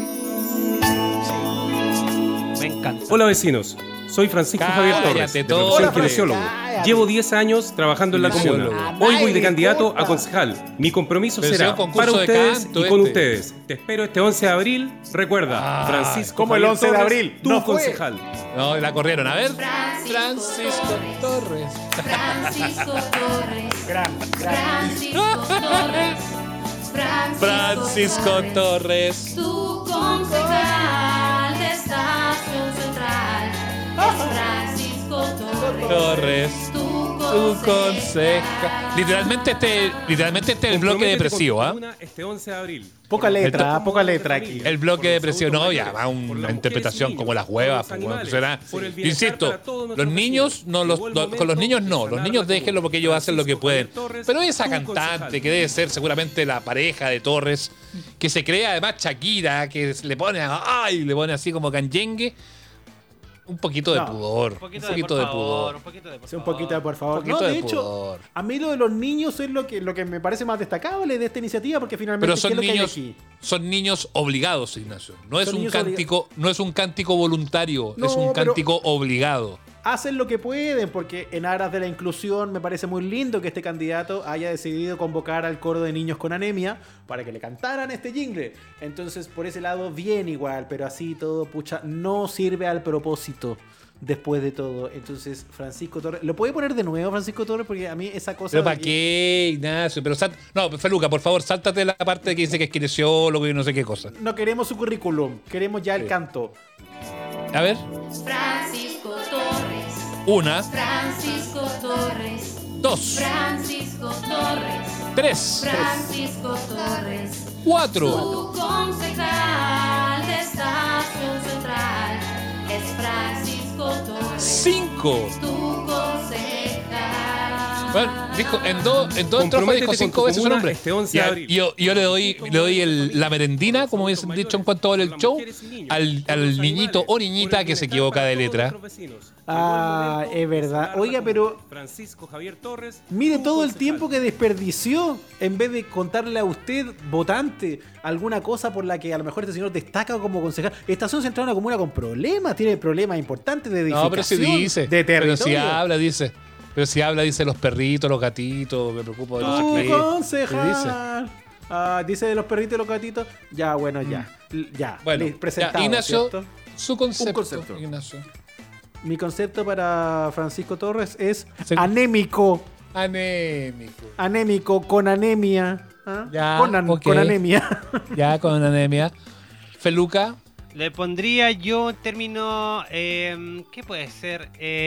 Me encanta. Hola vecinos, soy Francisco Javier Cállate, Torres, de todo. profesión Hola, kinesiólogo. cállate. Llevo 10 años trabajando en la Kinesiólogo. comuna. Hoy voy de Nadie candidato importa. a concejal. Mi compromiso Pero será sea un concurso para de ustedes canto y con este. ustedes. Te espero este 11 de abril. Recuerda, Francisco como el Javier 11 de Torres, abril. tu No fue. concejal. No, la corrieron. A ver. Francisco Torres. Francisco Torres. Gran. Francisco Torres. Francisco Torres. Tu concejal de Estación Central. Es Francisco Torres. Torres. Tu Su conseja. Literalmente este es el bloque depresivo, ¿ah? Este 11 de abril. Poca letra aquí. El bloque depresivo, no, ya va una interpretación como las huevas. Pues, bueno, será. Insisto, los niños, con los niños no. Los niños déjenlo porque ellos hacen lo que pueden. Pero esa cantante, que debe ser seguramente la pareja de Torres, que se cree además Shakira, que le pone así como canyengue. Un poquito de pudor. Un poquito de pudor. Sí, un poquito de por favor. Un poquito No, de de hecho, pudor. a mí lo de los niños es lo que me parece más destacable de esta iniciativa, porque finalmente Pero ¿qué es lo que hay niños, aquí? son niños obligados, Ignacio. No es Son un niños cántico, no es un cántico voluntario, No, es un pero- cántico obligado. Hacen lo que pueden, porque en aras de la inclusión me parece muy lindo que este candidato haya decidido convocar al coro de niños con anemia para que le cantaran este jingle. Entonces, por ese lado, bien igual, pero así todo, pucha, no sirve al propósito después de todo. Entonces, Francisco Torres, ¿lo puede poner de nuevo, Francisco Torres? Porque a mí esa cosa... ¿Pero de para qué, Ignacio? Pero no, Feluca, por favor, sáltate la parte que dice que es kinesiólogo y no sé qué cosa. No queremos su currículum, queremos ya el canto. A ver, Francisco Torres, una, Francisco Torres, dos, Francisco Torres, tres, Francisco Torres, cuatro, su concejal de Estación Central es Francisco Torres, cinco. tu concejal. Bueno, dijo, en dos estrofas dijo 5 veces su nombre. Este 11 de Y abril. yo le doy la merendina, como hubiesen dicho en cuanto al show, al niñito o niñita que se equivoca de letra. Ah, es verdad. Oiga, pero Francisco Javier Torres. mire todo el tiempo que desperdició en vez de contarle a usted, votante, alguna cosa por la que a lo mejor este señor destaca como concejal. Estación Central es una comuna con problemas, tiene problemas importantes de edificación, No, pero si dice. de Pero territorio. si habla, dice. Pero si habla, dice los perritos, los gatitos, me preocupo de no sé qué. Concejal. Ah, dice de los perritos y los gatitos. Ya, bueno, ya. Ya, Bueno, presentado, ya, Ignacio, ¿cierto? su concepto. Un concepto. Ignacio. Mi concepto para Francisco Torres es Sí. anémico. Anémico. Anémico, con anemia. ¿Ah? Ya, ok. Con anemia. Ya con anemia. Feluca. Le pondría yo en términos. ¿Qué puede ser?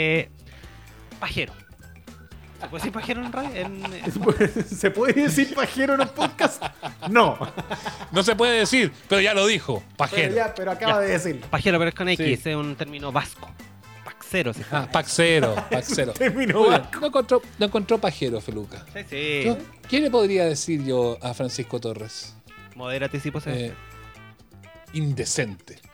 Pajero. ¿Se puede decir pajero en radio? ¿Se puede decir pajero en un podcast? No. No se puede decir, pero ya lo dijo. Pajero. Pero acaba de decir. Pajero, pero es con X, Sí. es un término vasco. Paxero, se Ah, paxero. Término Muy bien. vasco. No encontró pajero, Feluca. Sí, sí. Yo- ¿Qué le podría decir yo a Francisco Torres? Modérate si posee. Indecente.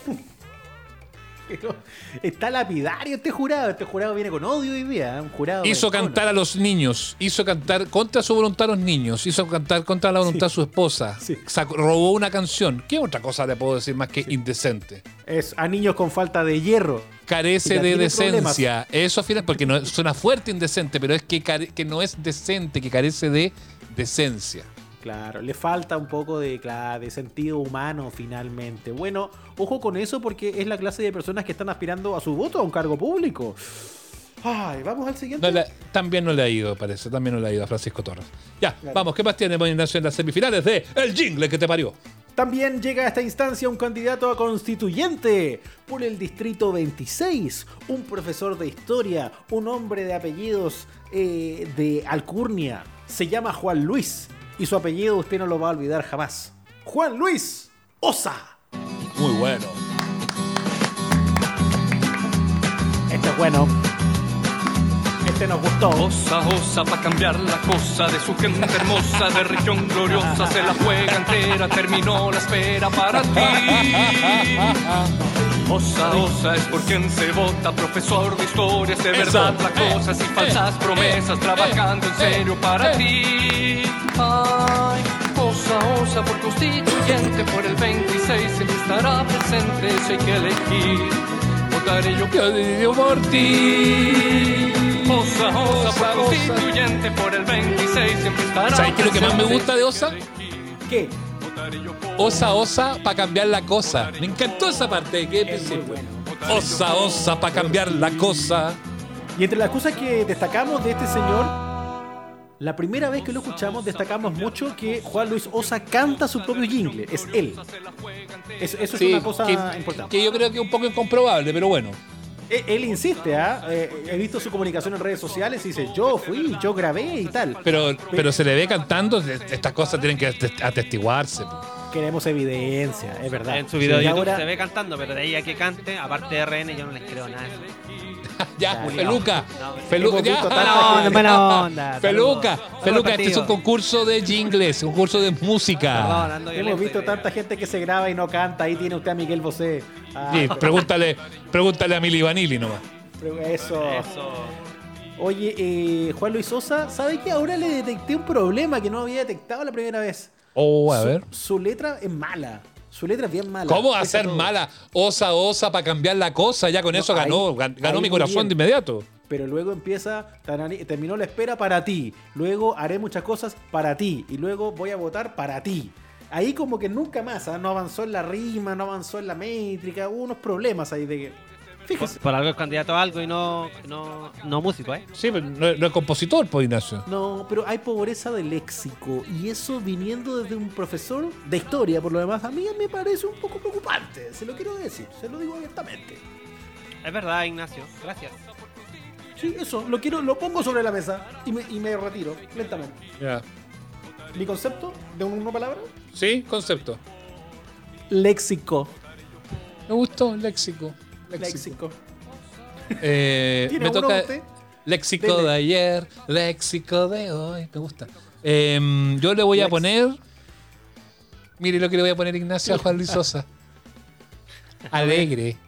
Pero está lapidario este jurado. Este jurado viene con odio hoy día. Un jurado. Hizo persona. cantar a los niños, hizo cantar contra su voluntad a los niños, hizo cantar contra la voluntad de su esposa, Sí. robó una canción. ¿Qué otra cosa le puedo decir más que indecente? Es a niños con falta de hierro. Carece Ya de tiene decencia. Eso al final, porque no, suena fuerte indecente, pero es que no es decente, que carece de decencia. Claro, le falta un poco de sentido humano finalmente. Bueno, ojo con eso porque es la clase de personas que están aspirando a su voto a un cargo público. Ay, vamos al siguiente. También no le ha ido, parece. También no le ha ido a Francisco Torres. Ya, Claro. vamos. ¿Qué más tiene Ignacio en las semifinales de El Jingle que te parió? También llega a esta instancia un candidato a constituyente por el distrito 26, un profesor de historia, un hombre de apellidos de alcurnia. Se llama Juan Luis y su apellido usted no lo va a olvidar jamás. Juan Luis Osa. Muy bueno. Este es bueno. Este nos gustó. Osa, osa, pa' cambiar la cosa de su gente hermosa, de región gloriosa, se la juega entera, terminó la espera para ti. Osa, osa, es por quien se vota, profesor de historia, es de verdad la cosa, sin falsas promesas, trabajando en serio para ti. Ay, osa, osa, por constituyente, por el 26, siempre estará presente, eso hay que elegir. Votaré yo Por ti. Osa, osa, Osa, por osa. constituyente por el 26 siempre estará. ¿Sabes qué es lo que más me gusta de Osa? ¿Qué? Osa, osa, para cambiar la cosa. Me encantó esa parte. ¿Qué principio? Osa, osa, para cambiar la cosa. Y entre las cosas que destacamos de este señor, la primera vez que lo escuchamos destacamos mucho que Juan Luis Osa canta su propio jingle. Es él. Eso es Sí, una cosa importante. que yo creo que es un poco incomprobable, pero bueno. Él insiste, ¿ah? He visto su comunicación en redes sociales y dice, yo fui, yo grabé y tal. Pero se le ve cantando, estas cosas tienen que atestiguarse. Po. Queremos evidencia, es verdad. En su video Sí, de y YouTube ahora- se ve cantando, pero de ahí a que cante, aparte de RN, yo no les creo nada de eso. Ya, Ya, Feluca. no. Feluca, Hemos ya. visto tanta Buena onda, gente. buena onda. Feluca, Saludos. Feluca, este es un partido. concurso de jingles, un concurso de música. Perdón, ando Hemos violento visto hoy día. tanta gente que se graba y no canta. Ahí tiene usted a Miguel Bosé. Ah, Sí, pregúntale a Mili Vanilli nomás. pero eso. Eso. Oye, Juan Luis Sosa, ¿sabe que ahora le detecté un problema que no había detectado la primera vez? Oh, a ver. Su letra es mala. Su letra es bien mala. ¿Cómo va a Pese ser todo. mala? Osa para cambiar la cosa. Ya con No, eso ahí- ganó ahí mi muy corazón bien. de inmediato. Pero luego empieza, terminó la espera para ti. Luego haré muchas cosas para ti. Y luego voy a votar para ti. Ahí como que nunca más, ¿ah? No avanzó en la rima, no avanzó en la métrica. Hubo unos problemas ahí de que... Fíjese. Por algo es candidato a algo y no músico, ¿eh? Sí, pero no es compositor, pues, Ignacio. No, pero hay pobreza de léxico. Y eso viniendo desde un profesor de historia, por lo demás, a mí me parece un poco preocupante. Se lo quiero decir, se lo digo abiertamente. Es verdad, Ignacio. Gracias. Sí, eso, lo pongo sobre la mesa y me retiro lentamente. Ya. Mi concepto de una palabra, Sí, concepto. léxico. Me gustó, léxico. Léxico. Me ¿Tiene uno toca usted? léxico Dele. de ayer, léxico de hoy. Me gusta. Yo le voy a poner. Mire lo que le voy a poner, Ignacio, a Juan Luis Sosa. Alegre.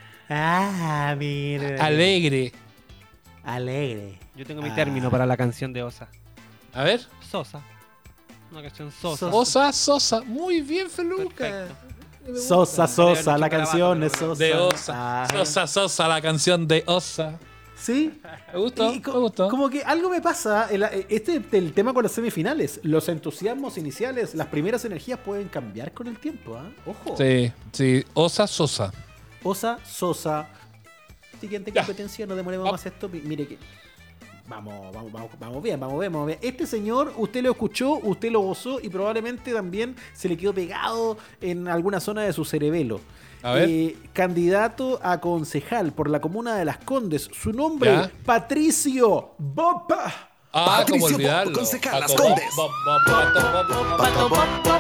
Ah, mire. Alegre. Alegre. Yo tengo mi término para la canción de Osa. A ver. Sosa. Una canción Sosa. Sosa. Muy bien, Feluca. Perfecto. Sosa, la Pero canción es mucho Sosa. De Osa. Ah. Sosa, la canción de Osa. Sí. Me gustó, Y me gustó. Como que algo me pasa, el tema con las semifinales, los entusiasmos iniciales, las primeras energías pueden cambiar con el tiempo, ¿ah? Ojo. Sí. Sosa. Osa, Sosa. Siguiente competencia, no demoremos más esto. Mire que. Vamos bien. Este señor, usted lo escuchó, usted lo gozó y probablemente también se le quedó pegado en alguna zona de su cerebelo. A ver. Candidato a concejal por la comuna de Las Condes. Su nombre, Ya. Patricio Bopa. Ah, Patricio como olvidarlo. Bob, concejal Las Pato Condes. Bob, Pato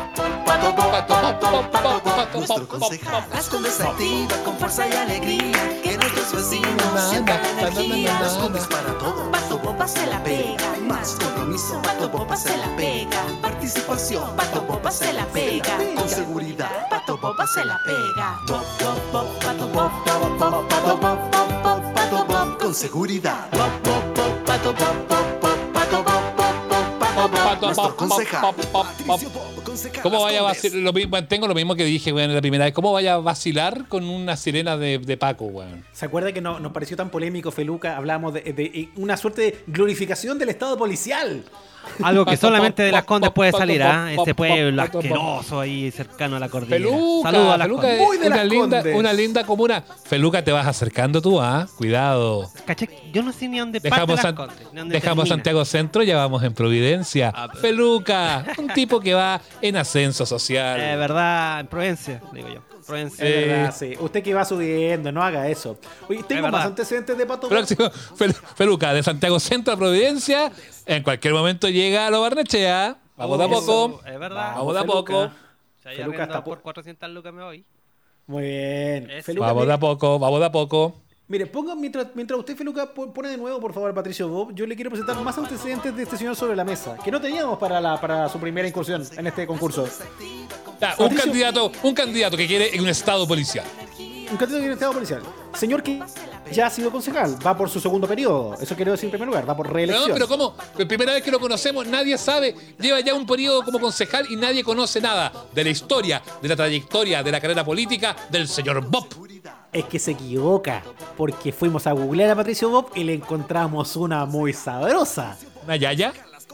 Bob. Nuestro concejal Las Condes activa con fuerza y alegría que nuestros vecinos sientan energía. Las Condes para todo. Pato Popa se la pega. Hay más compromiso. Pato Popa se la pega. Participación. Pato Popa se la pega. Con seguridad. Pato Popa se la pega. Pop, pop, pop, Pato Pop, pop, pop, Pato pop, Pop, Pop, Pop, Pato Pop, con seguridad. Pop, Pop, Pop, Pato Pop, Pop, Pop, Pato Pop, Pop, Pop, Pato Pop. Nuestro concejal Patricio Bob, concejal ¿Cómo Las vaya a Condes. vacilar? Mantengo lo mismo que dije, weón, la primera vez. ¿Cómo vaya a vacilar con una sirena de Paco, weón? ¿Se acuerda que nos pareció tan polémico, Feluca? Hablábamos de una suerte de glorificación del Estado policial. Algo que solamente de Las Condes puede salir, ¿ah? Pop, Ese pueblo pop, pop, asqueroso ahí cercano a la cordillera. Feluca, Saludos a Las Feluca Condes. es Muy de Las Condes. una linda comuna. Feluca, te vas acercando tú, ¿ah? Cuidado. ¿Cachai? Yo no sé ni dónde parte Dejamos, Las Condes, ni dónde dejamos termina. Santiago Centro, ya vamos en Providencia. Ah, pero- Feluca, un tipo que va en ascenso social. verdad, en Providencia, digo yo. Providencia. Es verdad, sí. Usted que va subiendo, no haga eso. Oye, tengo verdad. más antecedentes de Pato Bob. Próximo, Feluca, de Santiago Centro a Providencia. En cualquier momento llega a Lo Barnechea. Vamos de a Eso. poco. Es verdad. Vamos de a Feluca. poco. Si hay Feluca arriendo está por 400 lucas me voy. Muy bien. Eso. Feluca, Vamos de a poco, vamos de a poco. mire, ponga mientras usted, Feluca, pone de nuevo, por favor, Patricio Bob, yo le quiero presentar más antecedentes de este señor sobre la mesa, que no teníamos para su primera incursión en este concurso. Ya, Patricio. un candidato que quiere un estado policial. Un candidato que estado policial. Señor que ya ha sido concejal, va por su segundo periodo. Eso quiero decir en primer lugar, va por No, reelección. pero ¿cómo? La primera vez que lo conocemos, nadie sabe. Lleva ya un periodo como concejal y nadie conoce nada de la historia, de la trayectoria, de la carrera política del señor Bob. Es que se equivoca, porque fuimos a googlear a Patricio Bob y le encontramos una muy sabrosa. ¿Una yaya?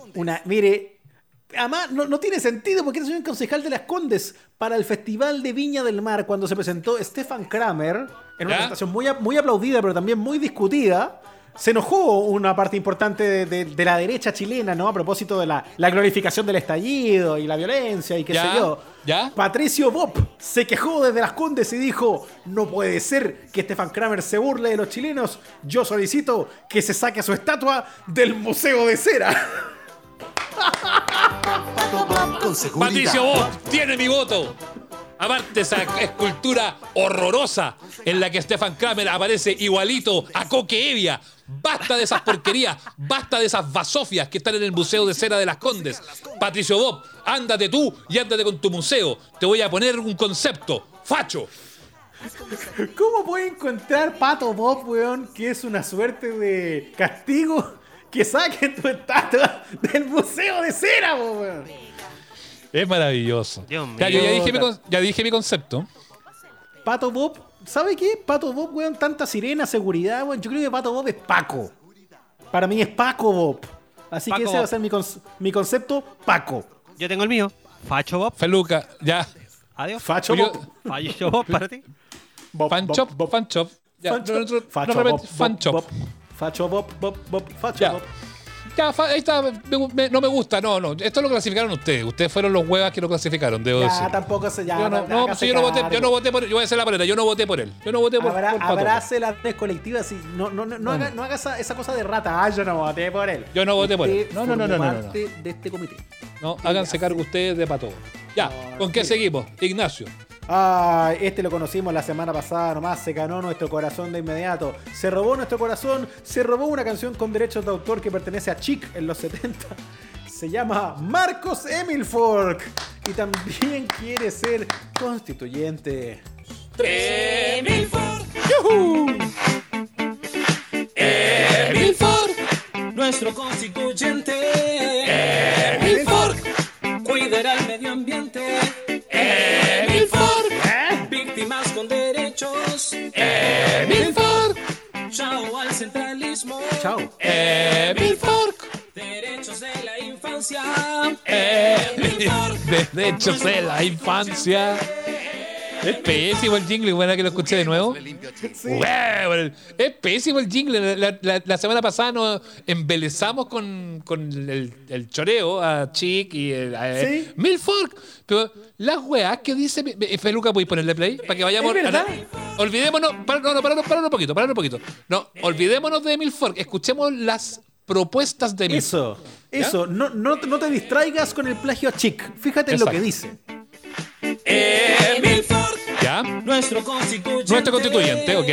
Mire, además no tiene sentido porque este señor es concejal de Las Condes para el Festival de Viña del Mar cuando se presentó Stefan Kramer en una ¿Ya? presentación muy aplaudida pero también muy discutida. se enojó una parte importante de la derecha chilena, ¿no? A propósito de la glorificación del estallido y la violencia y qué sé yo. ¿Ya? Patricio Bopp se quejó desde Las Condes y dijo: no puede ser que Stefan Kramer se burle de los chilenos. Yo solicito que se saque su estatua del Museo de Cera. Pato Bob con seguridad. Patricio Bob tiene mi voto. Aparte esa escultura horrorosa en la que Stefan Kramer aparece igualito a Coque Evia. Basta de esas porquerías, basta de esas basofias que están en el Museo de Cera de Las Condes. Patricio Bob, ándate tú y ándate con tu museo. Te voy a poner un concepto. ¡Facho! ¿Cómo puede encontrar Pato Bob, weón, que es una suerte de castigo, que saquen tu estatua del Museo de Cera, weón? Es maravilloso. Dios mío. Ya, yo ya dije mi concepto. Pato Bob, ¿sabe qué? Pato Bob, weón, tanta sirena, seguridad, weón. Yo creo que Pato Bob es Paco. Para mí es Paco Bob. Así Paco que ese va a Bob. ser mi concepto, Paco. Yo tengo el mío. Facho Bob. Feluca, ya. Adiós. Facho Yo- Bob. Facho Bob para ti. Bob, Fanchop, Bob, Bob. fanchop. Ya, Facho, no Facho repete, Bob, fanchop. Bob, Facho Bob, Bob, Bob, Facho Ya. Bob. Ya, ahí está. No me gusta, no. Esto lo clasificaron ustedes. Ustedes fueron los huevas que lo clasificaron, debo decir. Ya, tampoco se llama. Yo no, si yo no voté por él. Yo voy a hacer la paleta. Yo no voté por él. Yo no voté por Pato. Abrace la red colectiva, así. No haga esa cosa de rata. Ah, yo no voté por él. Yo no voté por él. Usted No. formó parte de este comité. No, háganse cargo ustedes de Pato. Ya, ¿con qué seguimos? Ignacio. Ah, este lo conocimos la semana pasada nomás, se ganó nuestro corazón de inmediato. Se robó nuestro corazón, se robó una canción con derechos de autor que pertenece a Chic en los 70. Se llama Marcos Emilfork y también quiere ser constituyente. Nuestro constituyente cuidará el medio ambiente. Víctimas con derechos. Chao al centralismo. Chao. Derechos de la infancia. Derechos de la infancia. Es pésimo el jingle, buena que lo escuché de nuevo. Bueno, es pésimo el jingle. La semana pasada nos embelezamos con el choreo a Chic y Sí. Milford. Pero las weas que dice. Feluca, ¿puedes ponerle play? Para que vayamos. Es verdad. Olvidémonos. Páralo un poquito. No, olvidémonos de Milford. Escuchemos las propuestas de Milford. Eso. No te distraigas con el plagio a Chic. Fíjate en lo que dice. ¿Ya? Nuestro constituyente. Ok.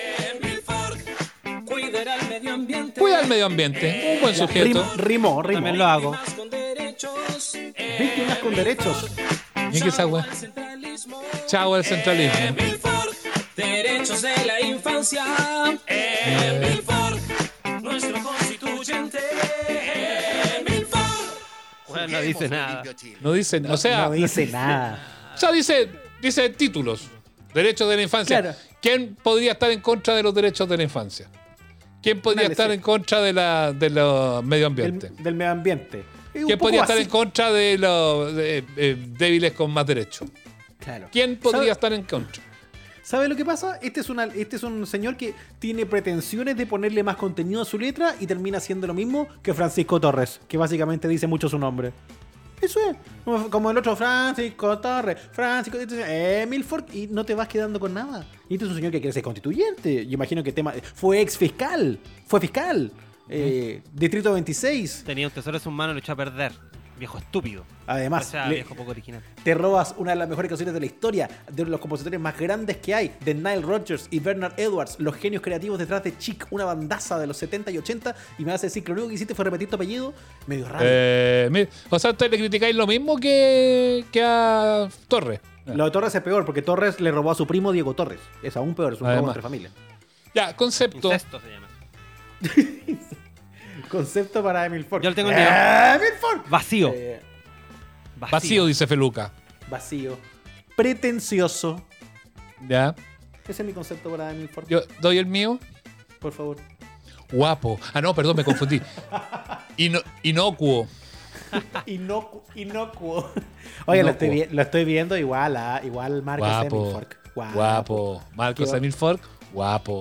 Cuidará el medio ambiente. Cuida el medio ambiente. Un buen sujeto. Rimó. También lo hago. Víctimas con derechos. Víctimas con derechos. ¿Y qué esa wea? Centralismo. Chao al centralismo. Derechos de la infancia. Nuestro constituyente. Bueno, no dice nada. No dicen, o sea, No dice nada. o sea, dice títulos. Derechos de la infancia. Claro. ¿Quién podría estar en contra de los derechos de la infancia? ¿Quién podría Dale, estar sí. en contra de los medio ambiente? Del medio ambiente. Es un ¿Quién poco podría estar en así. contra de los débiles con más derechos? Claro. ¿Quién podría ¿Sabe- estar en contra? ¿Sabe lo que pasa? Este es un señor que tiene pretensiones de ponerle más contenido a su letra y termina haciendo lo mismo que Francisco Torres, que básicamente dice mucho su nombre. Eso es. Como el otro Francisco Torres, Milford, y no te vas quedando con nada. Y este es un señor que quiere ser constituyente. Yo imagino que fue ex fiscal. Fue fiscal. Distrito 26. Tenía un tesoro en sus manos y lo echó a perder. Viejo estúpido. Además, O sea, viejo poco original. te robas una de las mejores canciones de la historia, de los compositores más grandes que hay, de Nile Rodgers y Bernard Edwards, los genios creativos detrás de Chic, una bandaza de los 70 y 80, y me vas a decir que lo único que hiciste fue repetir tu apellido, medio raro. O sea, ustedes le criticáis lo mismo que a Torres. Lo de Torres es peor, porque Torres le robó a su primo Diego Torres. Es aún peor, es un robo Además. entre familia. Ya, concepto. Incesto se llama. Concepto para Emil Ford. Yo lo tengo el mío. Emil Ford. Vacío. Vacío, dice Feluca. Vacío. Pretencioso. Ya. Ese es mi concepto para Emil Ford. Yo doy el mío. Por favor. Guapo. Ah, no, perdón, me confundí. Inocuo. Inocuo. Oye, Inocuo. lo estoy viendo igual, igual Marcos Emil Guapo. Ford. Guapo. Marcos Qué Emil Fork. Guapo.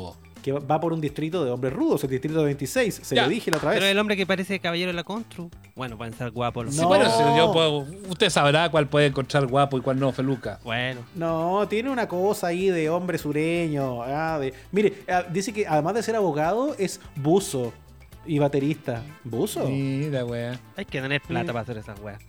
que va por un distrito de hombres rudos, el distrito 26. Se lo dije la otra vez. Pero el hombre que parece caballero de la Constru. Bueno, pueden ser guapos los No. Sí, bueno, si yo puedo, usted sabrá cuál puede encontrar guapo y cuál no, Feluca. Bueno. No, tiene una cosa ahí de hombre sureño. Mire, dice que además de ser abogado, es buzo y baterista. ¿Buzo? Mira, wea. Hay que tener plata para hacer esas weas.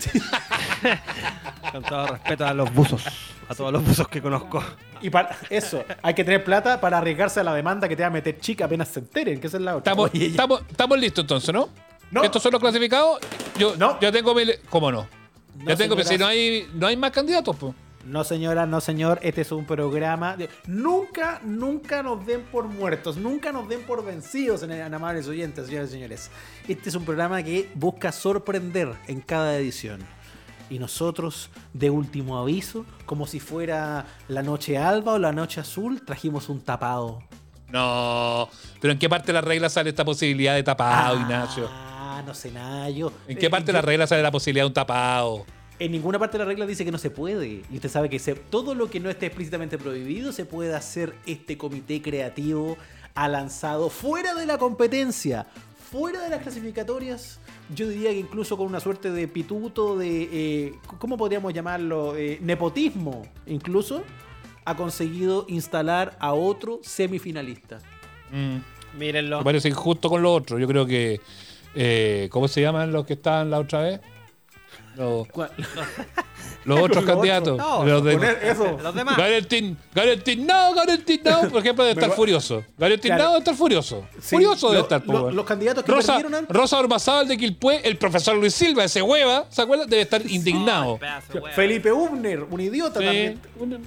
Con todo respeto a los buzos. A todos los buzos que conozco. Y para eso, hay que tener plata para arriesgarse a la demanda que te va a meter chica apenas se enteren, que esa es la otra. Estamos listos entonces, ¿no? No. ¿Estos son los clasificados? Yo tengo mi... ¿Cómo no? No, Yo tengo, pero si señoras. no hay más candidatos, pues. No, señora, no, señor. Este es un programa. Nunca nos den por muertos. Nunca nos den por vencidos, en amables oyentes, señores y señores. Este es un programa que busca sorprender en cada edición. Y nosotros, de último aviso, como si fuera la noche alba o la noche azul, trajimos un tapado. No. ¿Pero en qué parte de la regla sale esta posibilidad de tapado, Ignacio? No sé nada, yo. ¿En qué parte de la regla sale la posibilidad de un tapado? En ninguna parte de la regla dice que no se puede. Y usted sabe que todo lo que no esté explícitamente prohibido se puede hacer. Este comité creativo ha lanzado fuera de la competencia, fuera de las clasificatorias. Yo diría que incluso con una suerte de pituto, de ¿cómo podríamos llamarlo? Nepotismo, incluso, ha conseguido instalar a otro semifinalista. Mírenlo. Me parece injusto con lo otro. Yo creo que... ¿cómo se llaman los que estaban la otra vez? Los otros candidatos. No, los Los demás. Garetín no. Por ejemplo, debe estar furioso. Garetín Claro. no debe estar furioso. Sí, Furioso debe estar. los candidatos que Rosa, perdieron antes. Rosa Ormazábal de Quilpué, el profesor Luis Silva, ese hueva, ¿se acuerdan? Debe estar indignado. Felipe Ubner, un idiota también.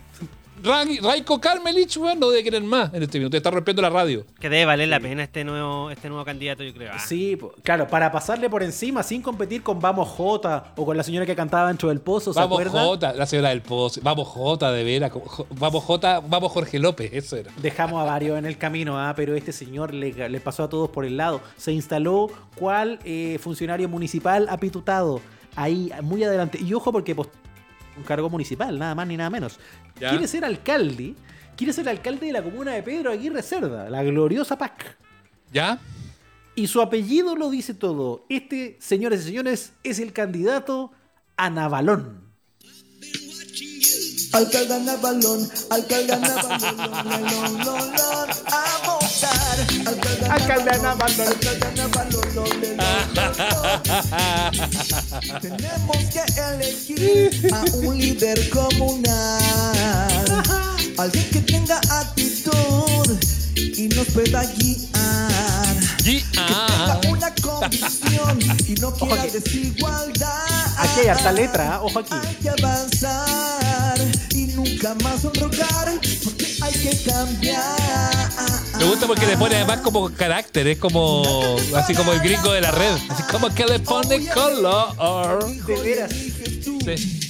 Raiko Karmelich, weón, no debe querer más en este minuto. Está rompiendo la radio. Que debe valer la pena este nuevo candidato, yo creo. Sí, claro, para pasarle por encima sin competir con Vamos Jota o con la señora que cantaba dentro del pozo, ¿se Vamos acuerdan? Jota, la señora del Pozo. Vamos Jota, de veras. Vamos Jota, vamos Jorge López, eso era. Dejamos a varios en el camino, pero este señor le pasó a todos por el lado. Se instaló cual funcionario municipal apitutado. Ahí, muy adelante. Y ojo porque un cargo municipal, nada más ni nada menos. ¿Ya? Quiere ser alcalde de la comuna de Pedro Aguirre Cerda, la gloriosa PAC. ¿Ya? Y su apellido lo dice todo. Este, señores y señores, es el candidato a Navalón. Alcalde Navalón, a votar. Alcalde Navalón. Tenemos que elegir a un líder comunal, alguien que tenga actitud y nos pueda guiar, que tenga una convicción y no quiera desigualdad. Aquí hay harta letra, ojo aquí. Hay que avanzar y nunca más sonrojar, porque hay que cambiar. Me gusta porque le pone además como carácter, es como así como el gringo de la red. Así como que le pone color. De veras. Sí.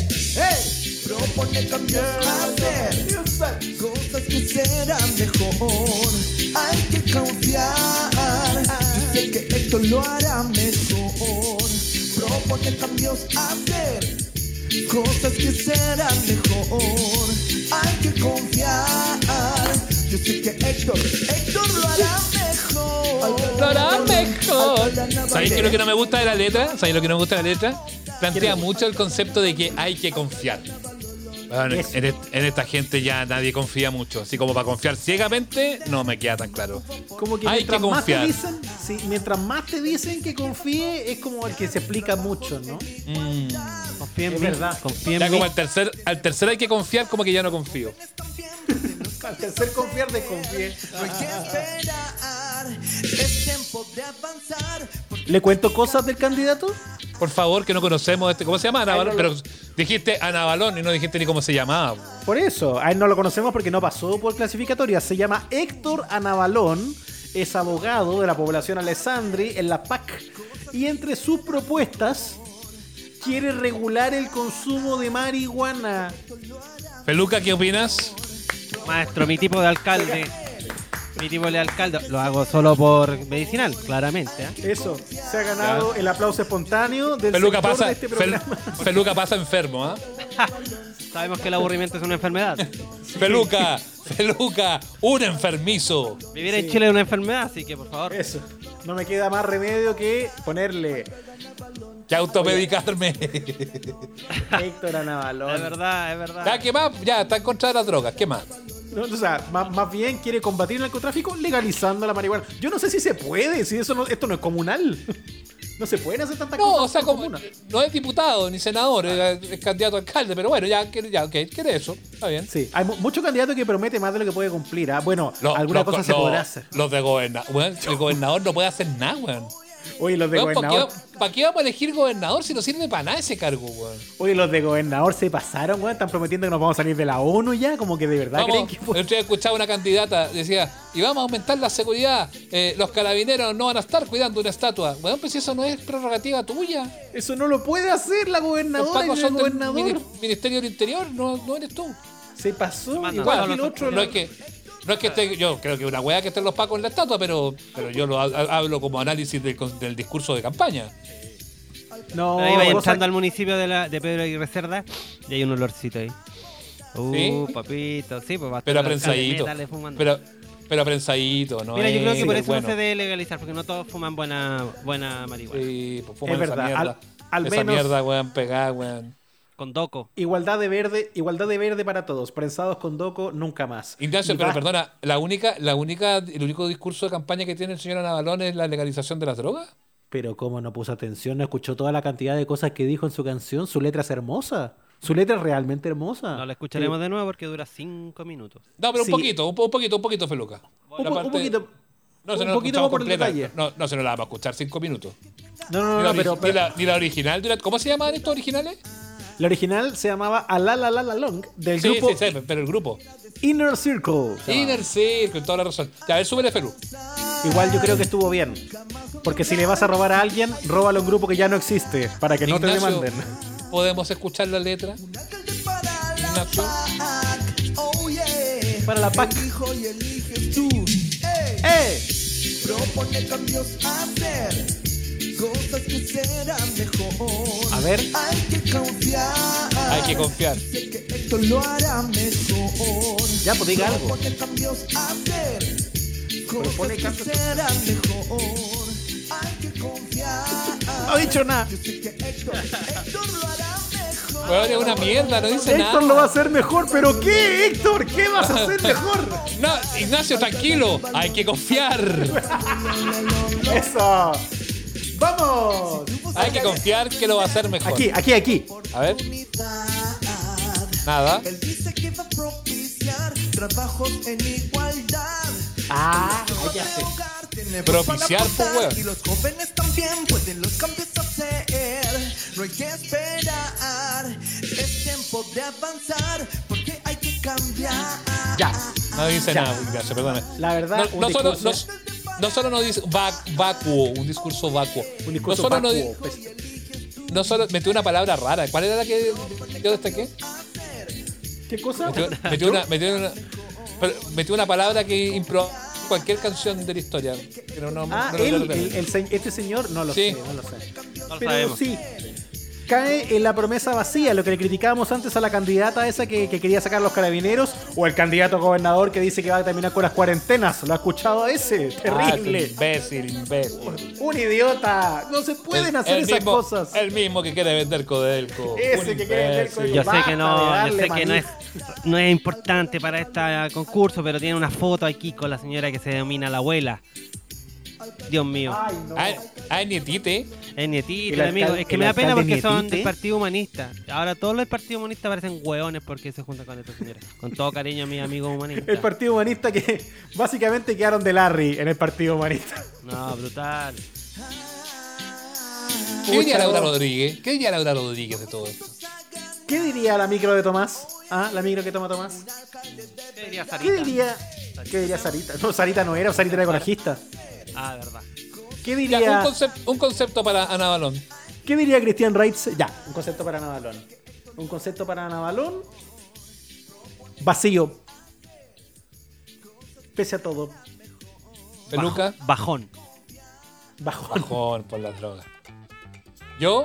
Propone cambiar, hacer cosas que serán mejor. Hay que confiar. Yo sé que esto lo hará mejor. Propone cambios, hacer cosas que serán mejor. Hay que confiar. Yo sé que Héctor lo hará mejor. Lo hará mejor. ¿Sabéis qué es lo que no me gusta de la letra? Plantea mucho el concepto de que hay que confiar. Bueno, en esta gente ya nadie confía mucho. Así como para confiar ciegamente, no me queda tan claro. Como que hay que mientras más te confiar. dicen, sí, mientras más te dicen que confíe, es como el que se explica mucho, ¿no? Confía en Es mí. verdad. Confía en Ya mí. como al tercer hay que confiar, como que ya no confío. Al tercer confiar, desconfíe. No hay que esperar. Es tiempo de avanzar. ¿Le cuento cosas del candidato? Por favor, que no conocemos ¿cómo se llama? Anabalón. Ay, Pero dijiste Anabalón y no dijiste ni cómo se llamaba. Por eso, a él no lo conocemos porque no pasó por clasificatoria. Se llama Héctor Anabalón, es abogado de la población Alessandri en la PAC. Y entre sus propuestas, quiere regular el consumo de marihuana. Peluca, ¿qué opinas? Maestro, mi tipo de alcalde. Lo hago solo por medicinal, claramente. Eso, se ha ganado el aplauso espontáneo del Peluca sector pasa, de este programa. Peluca pasa enfermo, ¿ah? Sabemos que el aburrimiento es una enfermedad. Peluca, Feluca, un enfermizo. Vivir en Chile es una enfermedad, así que por favor. Eso. No me queda más remedio que ponerle Que automedicarme. Héctor a Navalón. Es verdad. Ya, ¿qué más? Ya, está en contra de las drogas. ¿Qué más? No, o sea, más bien quiere combatir el narcotráfico legalizando la marihuana. Yo no sé si se puede, si esto no es comunal. No se pueden hacer tantas No, cosas. o sea, como comunas. no es diputado ni senador, es candidato a alcalde, pero bueno, ya, ok, quiere eso, está bien. Sí, hay muchos candidatos que promete más de lo que puede cumplir. ¿Ah? Bueno, alguna cosa se los- podrá hacer. Los de gobernador, weón, el gobernador no puede hacer nada, weón. Oye, los de Weón, gobernador. ¿para qué vamos a elegir gobernador si no sirve para nada ese cargo, weón? Oye, los de gobernador se pasaron, weón. Están prometiendo que nos vamos a salir de la ONU ya. Como que de verdad creen Vamos, que el otro día escuchaba una candidata, decía, y vamos a aumentar la seguridad, los carabineros no van a estar cuidando una estatua. Weón, pues si eso no es prerrogativa tuya. eso no lo puede hacer la Los gobernadora y pacos el son del gobernador. Ministerio del Interior, no eres tú. Se pasó. mandan Igual todos que el los otro. No es que esté, yo creo que una weá que estén los pacos en la estatua, pero yo lo hablo como análisis del discurso de campaña. No, Pero ahí va Rosa- entrando al municipio de Pedro Aguirre Cerda y hay un olorcito ahí. ¿Sí? Papito, sí, pues va a estar Pero el alcalde, prensadito. métale fumando. Pero prensadito, ¿no? Mira, yo creo que por es eso bueno. no se debe legalizar, porque no todos fuman buena marihuana. Sí, pues fuman Es esa verdad, mierda. al esa menos- mierda, weón, pegada, weón. Con doco. igualdad de verde para todos. Prensados con doco, nunca más. Ignacio, Y pero va- perdona, el único discurso de campaña que tiene el señor Navalón es la legalización de las drogas. Pero cómo no puso atención, no escuchó toda la cantidad de cosas que dijo en su canción. Su letra es hermosa. Su letra es realmente hermosa. No la escucharemos de nuevo porque dura 5 minutos. No, pero Sí. un poquito, Feluca. Un La parte- poquito. No, un se nos poquito escuchamos más por el completa. detalle. No se nos la vamos a escuchar 5 minutos. No, pero Ni la original. ¿Cómo se llaman estos originales? la original se llamaba A La La La La Long del Sí, grupo sí, pero el grupo. Inner Circle. Inner Circle, toda la razón. Ya, a ver, súbele, Felu. Igual yo creo que estuvo bien. Porque si le vas a robar a alguien, róbalo a un grupo que ya no existe. Para que no te Ignacio, demanden. ¿podemos escuchar la letra? Ignacio. Oh yeah. Para la PAC. Elijo y eliges tú. Propone cambios a hacer. Cosas que serán mejor. A ver. Hay que confiar. Hay que confiar. Sé que esto lo hará mejor. Ya, pues diga algo. Propone cambios a hacer. Cosas Propone que cambios. serán mejor. Hay que confiar. No ha dicho nada. Yo sé que Héctor lo hará mejor. Weón, es una mierda, no dice Héctor nada. lo va a hacer mejor. ¿Pero qué, Héctor? ¿Qué vas a hacer mejor? No, Ignacio, tranquilo. Hay que confiar. Eso. ¡Vamos! Hay que confiar que lo va a hacer mejor. Aquí. A ver. Nada. Él dice que va a propiciar trabajos en igualdad. Ah, ya sé. Tiene Propiciar, voz para pues, votar, weón. y los jóvenes también pueden los cambios hacer. No hay que esperar. Es tiempo de avanzar porque hay que cambiar. Ya. No dice Ya. nada, Ignacio, perdona. La verdad, No, un solo, discurso- no solo nos dice vacuo, un discurso vacuo. Un discurso no solo, vacuo, no, no solo metió una palabra rara. ¿Cuál era la que yo destaqué? ¿Qué cosa? Metió una palabra que improbó cualquier canción de la historia. Pero no, Ah, no lo él, recuerdo. este señor, no lo Sí. sé, no lo sé. No lo Pero sabemos. sí, cae en la promesa vacía, lo que le criticábamos antes a la candidata esa que quería sacar los carabineros, o el candidato a gobernador que dice que va a terminar con las cuarentenas. ¿Lo ha escuchado a ese? Terrible. Imbécil. Un idiota. No se pueden hacer esas mismo, cosas. El mismo que quiere vender Codelco. Ese Un que quiere vender imbécil. Yo sé Basta que de no, yo darle sé que no maní. no es importante para este concurso, pero tiene una foto aquí con la señora que se denomina la abuela. Dios mío. Ay, no. Ay, nietite. Es El nietita, amigo. alcalde- Es que el me da pena alcalde porque son nietite. del Partido Humanista. Ahora todos los del Partido Humanista parecen hueones porque se juntan con esta señora. Con todo cariño a mis amigos humanistas. El Partido Humanista que básicamente quedaron de Larry en el Partido Humanista. No, brutal. ¿Qué diría Pucha, Laura no. Rodríguez? ¿Qué diría Laura Rodríguez de todo esto? ¿Qué diría la micro de Tomás? ¿Ah? ¿La micro que toma Tomás? ¿Qué diría ¿Qué Sarita? diría Sarita? No, Sarita no era, Sarita era ecologista. Ah, verdad. ¿Qué Ya, diría, un concepto para Ana Balón. ¿qué diría Cristian Reitz? Ya, un concepto para Navalón. Un concepto para Navalón. Vacío. Pese a todo. Peluca. Bajón. Bajón. Bajón por las drogas. Yo,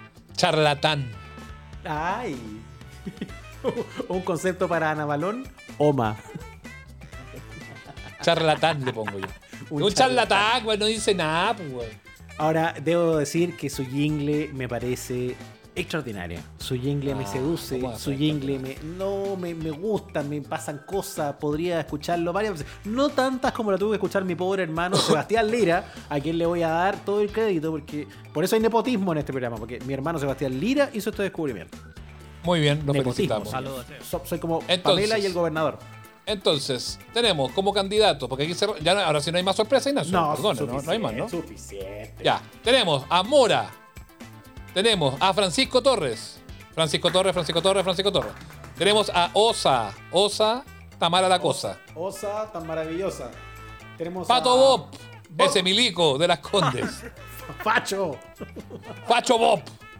charlatán. Ay. Un concepto para Navalón. Oma. Charlatán le pongo yo. Un charlatán, güey, no dice nada, pues, güey. Ahora, debo decir que su jingle me parece extraordinario. Su jingle me seduce, ¿cómo va a su ser jingle me gusta, me pasan cosas, podría escucharlo varias veces. No tantas como la tuve que escuchar mi pobre hermano Sebastián Lira, a quien le voy a dar todo el crédito, porque por eso hay nepotismo en este programa, porque mi hermano Sebastián Lira hizo este descubrimiento. Muy bien, lo Nepotismo. felicitamos. Saludos. Soy como Entonces. Pamela y el gobernador. Entonces, tenemos como candidato, porque aquí ahora sí no hay más sorpresa, Ignacio. Perdón, no hay más, ¿no? Suficiente. Ya, tenemos a Mora. Tenemos a Francisco Torres. Francisco Torres. Tenemos a Osa, Tamara la Cosa. Osa tan maravillosa. Tenemos Pato a Bob, ese milico de las Condes. Facho. Facho Bob.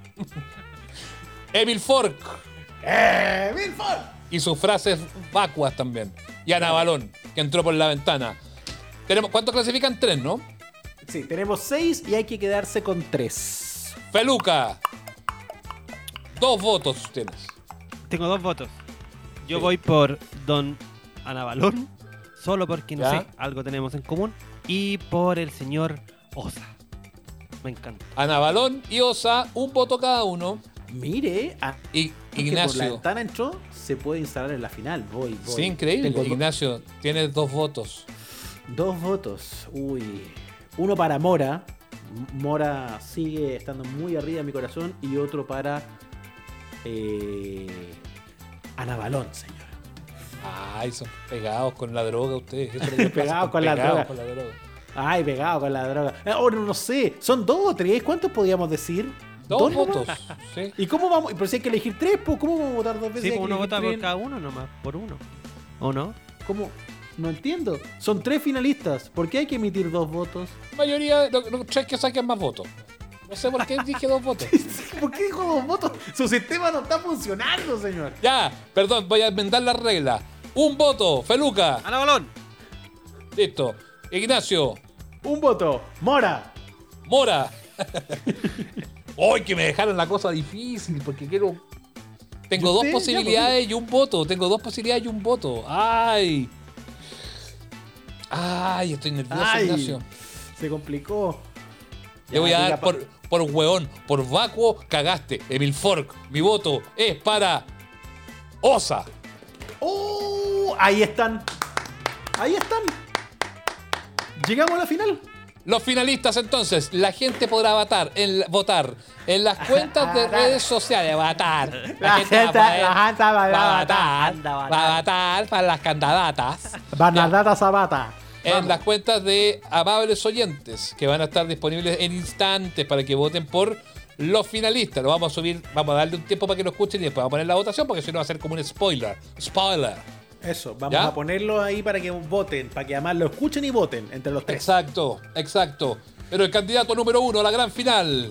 Emil Fork. Milford. Y sus frases vacuas también. Y Ana Balón, que entró por la ventana. ¿Cuántos clasifican? 3, ¿no? Sí, tenemos 6 y hay que quedarse con 3. Feluca. 2 votos tienes. Tengo 2 votos. Yo Sí. voy por Don Anabalón, solo porque, no Ya. sé, algo tenemos en común. Y por el señor Osa. Me encanta. Ana Balón y Osa, un voto cada uno. Mire, Y que por la Ignacio. ventana entró, se puede instalar en la final. Voy. Sí, increíble. Tengo Ignacio, tienes 2 votos. 2 votos. Uy. Uno para Mora. Mora sigue estando muy arriba en mi corazón. Y otro para Ana Balón, señor. Ay, son pegados con la droga ustedes. Eso es lo que pasa, Pegados con la pegados droga. con la droga. Ay, pegado con la droga. Ahora no sé. ¿Son 2 o 3? ¿Cuántos podíamos decir? 2 nomás? votos. Sí. ¿Y cómo vamos? Pero si hay que elegir 3, pues ¿cómo vamos a votar 2 veces? Sí, Hay pues que uno elegir vota por tres. cada uno nomás, por uno. ¿O no? ¿Cómo? No entiendo. Son 3 finalistas. ¿Por qué hay que emitir 2 votos? La mayoría, los 3 que saquen más votos. No sé por qué dije 2 votos. ¿Por qué dijo 2 votos? Su sistema no está funcionando, señor. Ya, perdón, voy a enmendar la regla. Un voto, Feluca. ¡Anabalón! Listo. Ignacio, Un voto. Mora. Mora. Hoy que me dejaron la cosa difícil porque quiero. Tengo ¿Y 2 usted? posibilidades y un voto. Tengo 2 posibilidades y un voto. Ay. Ay, estoy nervioso, Ay. Ignacio. Se complicó. Le voy a diga dar por hueón, por vacuo, cagaste. Emil Fork, mi voto es para Osa. Ahí están. Ahí están. Llegamos a la final. Los finalistas, entonces, la gente podrá votar en las cuentas de redes sociales. Votar. La gente va a votar para las candidatas. Banadata Sabata. En las cuentas de amables oyentes, que van a estar disponibles en instantes para que voten por los finalistas. Lo vamos a subir, vamos a darle un tiempo para que lo escuchen y después vamos a poner la votación, porque si no va a ser como un spoiler. Eso, vamos ¿Ya? a ponerlo ahí para que voten, para que además lo escuchen y voten entre los 3. Exacto. Pero el candidato número 1 a la gran final.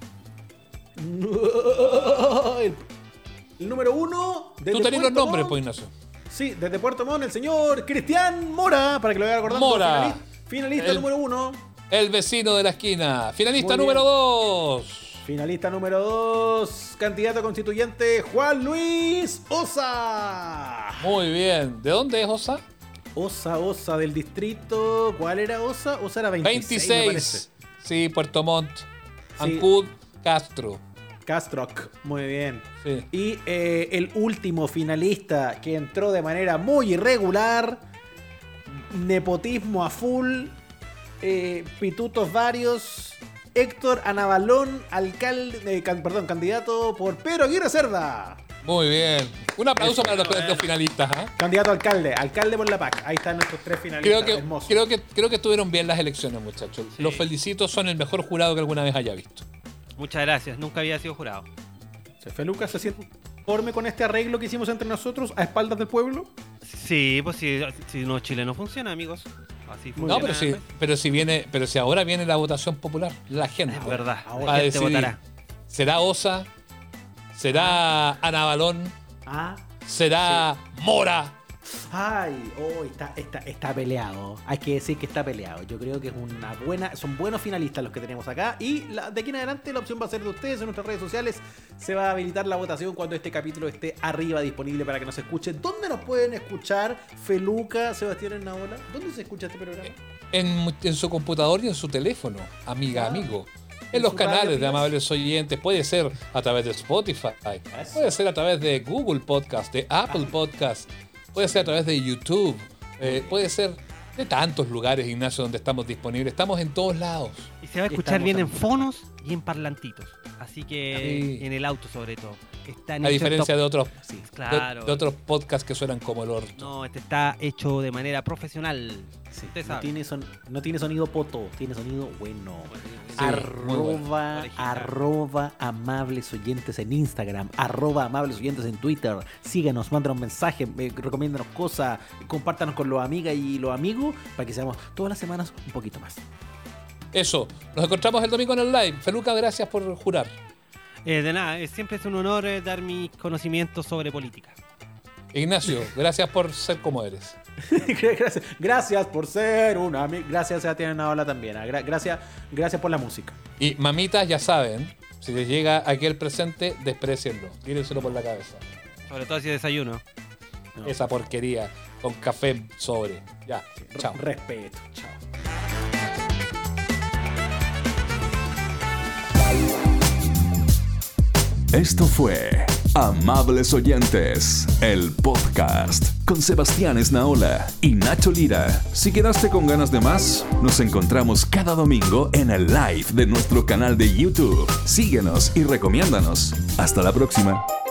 El número 1 de Tú tenés los nombres, pues, Ignacio. Sí, desde Puerto Montt, el señor Cristian Mora, para que lo vaya recordando. Mora. Finalista El- número 1. El vecino de la esquina. Finalista Muy bien. número 2. Finalista número 2, candidato constituyente Juan Luis Osa. Muy bien. ¿De dónde es Osa? Osa del distrito. ¿Cuál era Osa? Osa era 26. me 26. Sí, Puerto Montt. Sí. Ancud, Castro. Castroc, muy bien. Sí. Y el último finalista que entró de manera muy irregular, nepotismo a full, pitutos varios, Héctor Anabalón, candidato por Pedro Aguirre Cerda. Muy bien. Un aplauso para los finalistas. ¿eh? Candidato a alcalde por la PAC. Ahí están nuestros 3 finalistas. Hermoso. Creo que estuvieron bien las elecciones, muchachos. Sí. Los felicito, son el mejor jurado que alguna vez haya visto. Muchas gracias, nunca había sido jurado. Feluca se siente conforme con este arreglo que hicimos entre nosotros a espaldas del pueblo. Sí, pues si no, Chile no funciona, amigos. Así funciona. No, pero si ahora viene la votación popular, la gente. Es verdad, Ahora la va a gente decidir. votará. ¿Será Osa? ¿Será Ana Balón? Ah, ¿Será Mora? Ay, está peleado. Hay que decir que está peleado. Yo creo que es son buenos finalistas los que tenemos acá. Y de aquí en adelante la opción va a ser de ustedes en nuestras redes sociales. Se va a habilitar la votación cuando este capítulo esté arriba disponible para que nos escuchen. ¿Dónde nos pueden escuchar? Feluca, Sebastián Esnaola. ¿Dónde se escucha este programa? En su computador y en su teléfono, amigo. En los canales de Amables Oyentes, puede ser a través de Spotify, puede ser a través de Google Podcast, de Apple Podcast, puede ser a través de YouTube, puede ser de tantos lugares, Ignacio, donde estamos disponibles. Estamos en todos lados. Y se va a escuchar bien en fonos y en parlantitos. Así que en el auto sobre todo. A diferencia de otros, claro. de otros podcasts que suenan como el orto. No, este está hecho de manera profesional. Sí, Usted sabe. No tiene sonido poto, tiene sonido bueno. Sí, arroba Amables Oyentes en Instagram, @Amables Oyentes en Twitter. Síganos, mándanos mensajes, recomiéndanos cosas, compártanos con los amigas y los amigos para que seamos todas las semanas un poquito más. Eso, nos encontramos el domingo en el live. Feluca, gracias por jurar. De nada, siempre es un honor dar mis conocimientos sobre política. Ignacio, gracias por ser como eres. Gracias por ser un amigo. Gracias, Sebastián Esnaola también. Gracias por la música. Y mamitas, ya saben, si les llega aquel presente, desprecienlo. Tírenselo por la cabeza. Sobre todo si desayuno. No. Esa porquería con café sobre. Ya, chao. Respeto, chao. Esto fue Amables Oyentes, el podcast con Sebastián Esnaola y Nacho Lira. Si quedaste con ganas de más, nos encontramos cada domingo en el live de nuestro canal de YouTube. Síguenos y recomiéndanos. Hasta la próxima.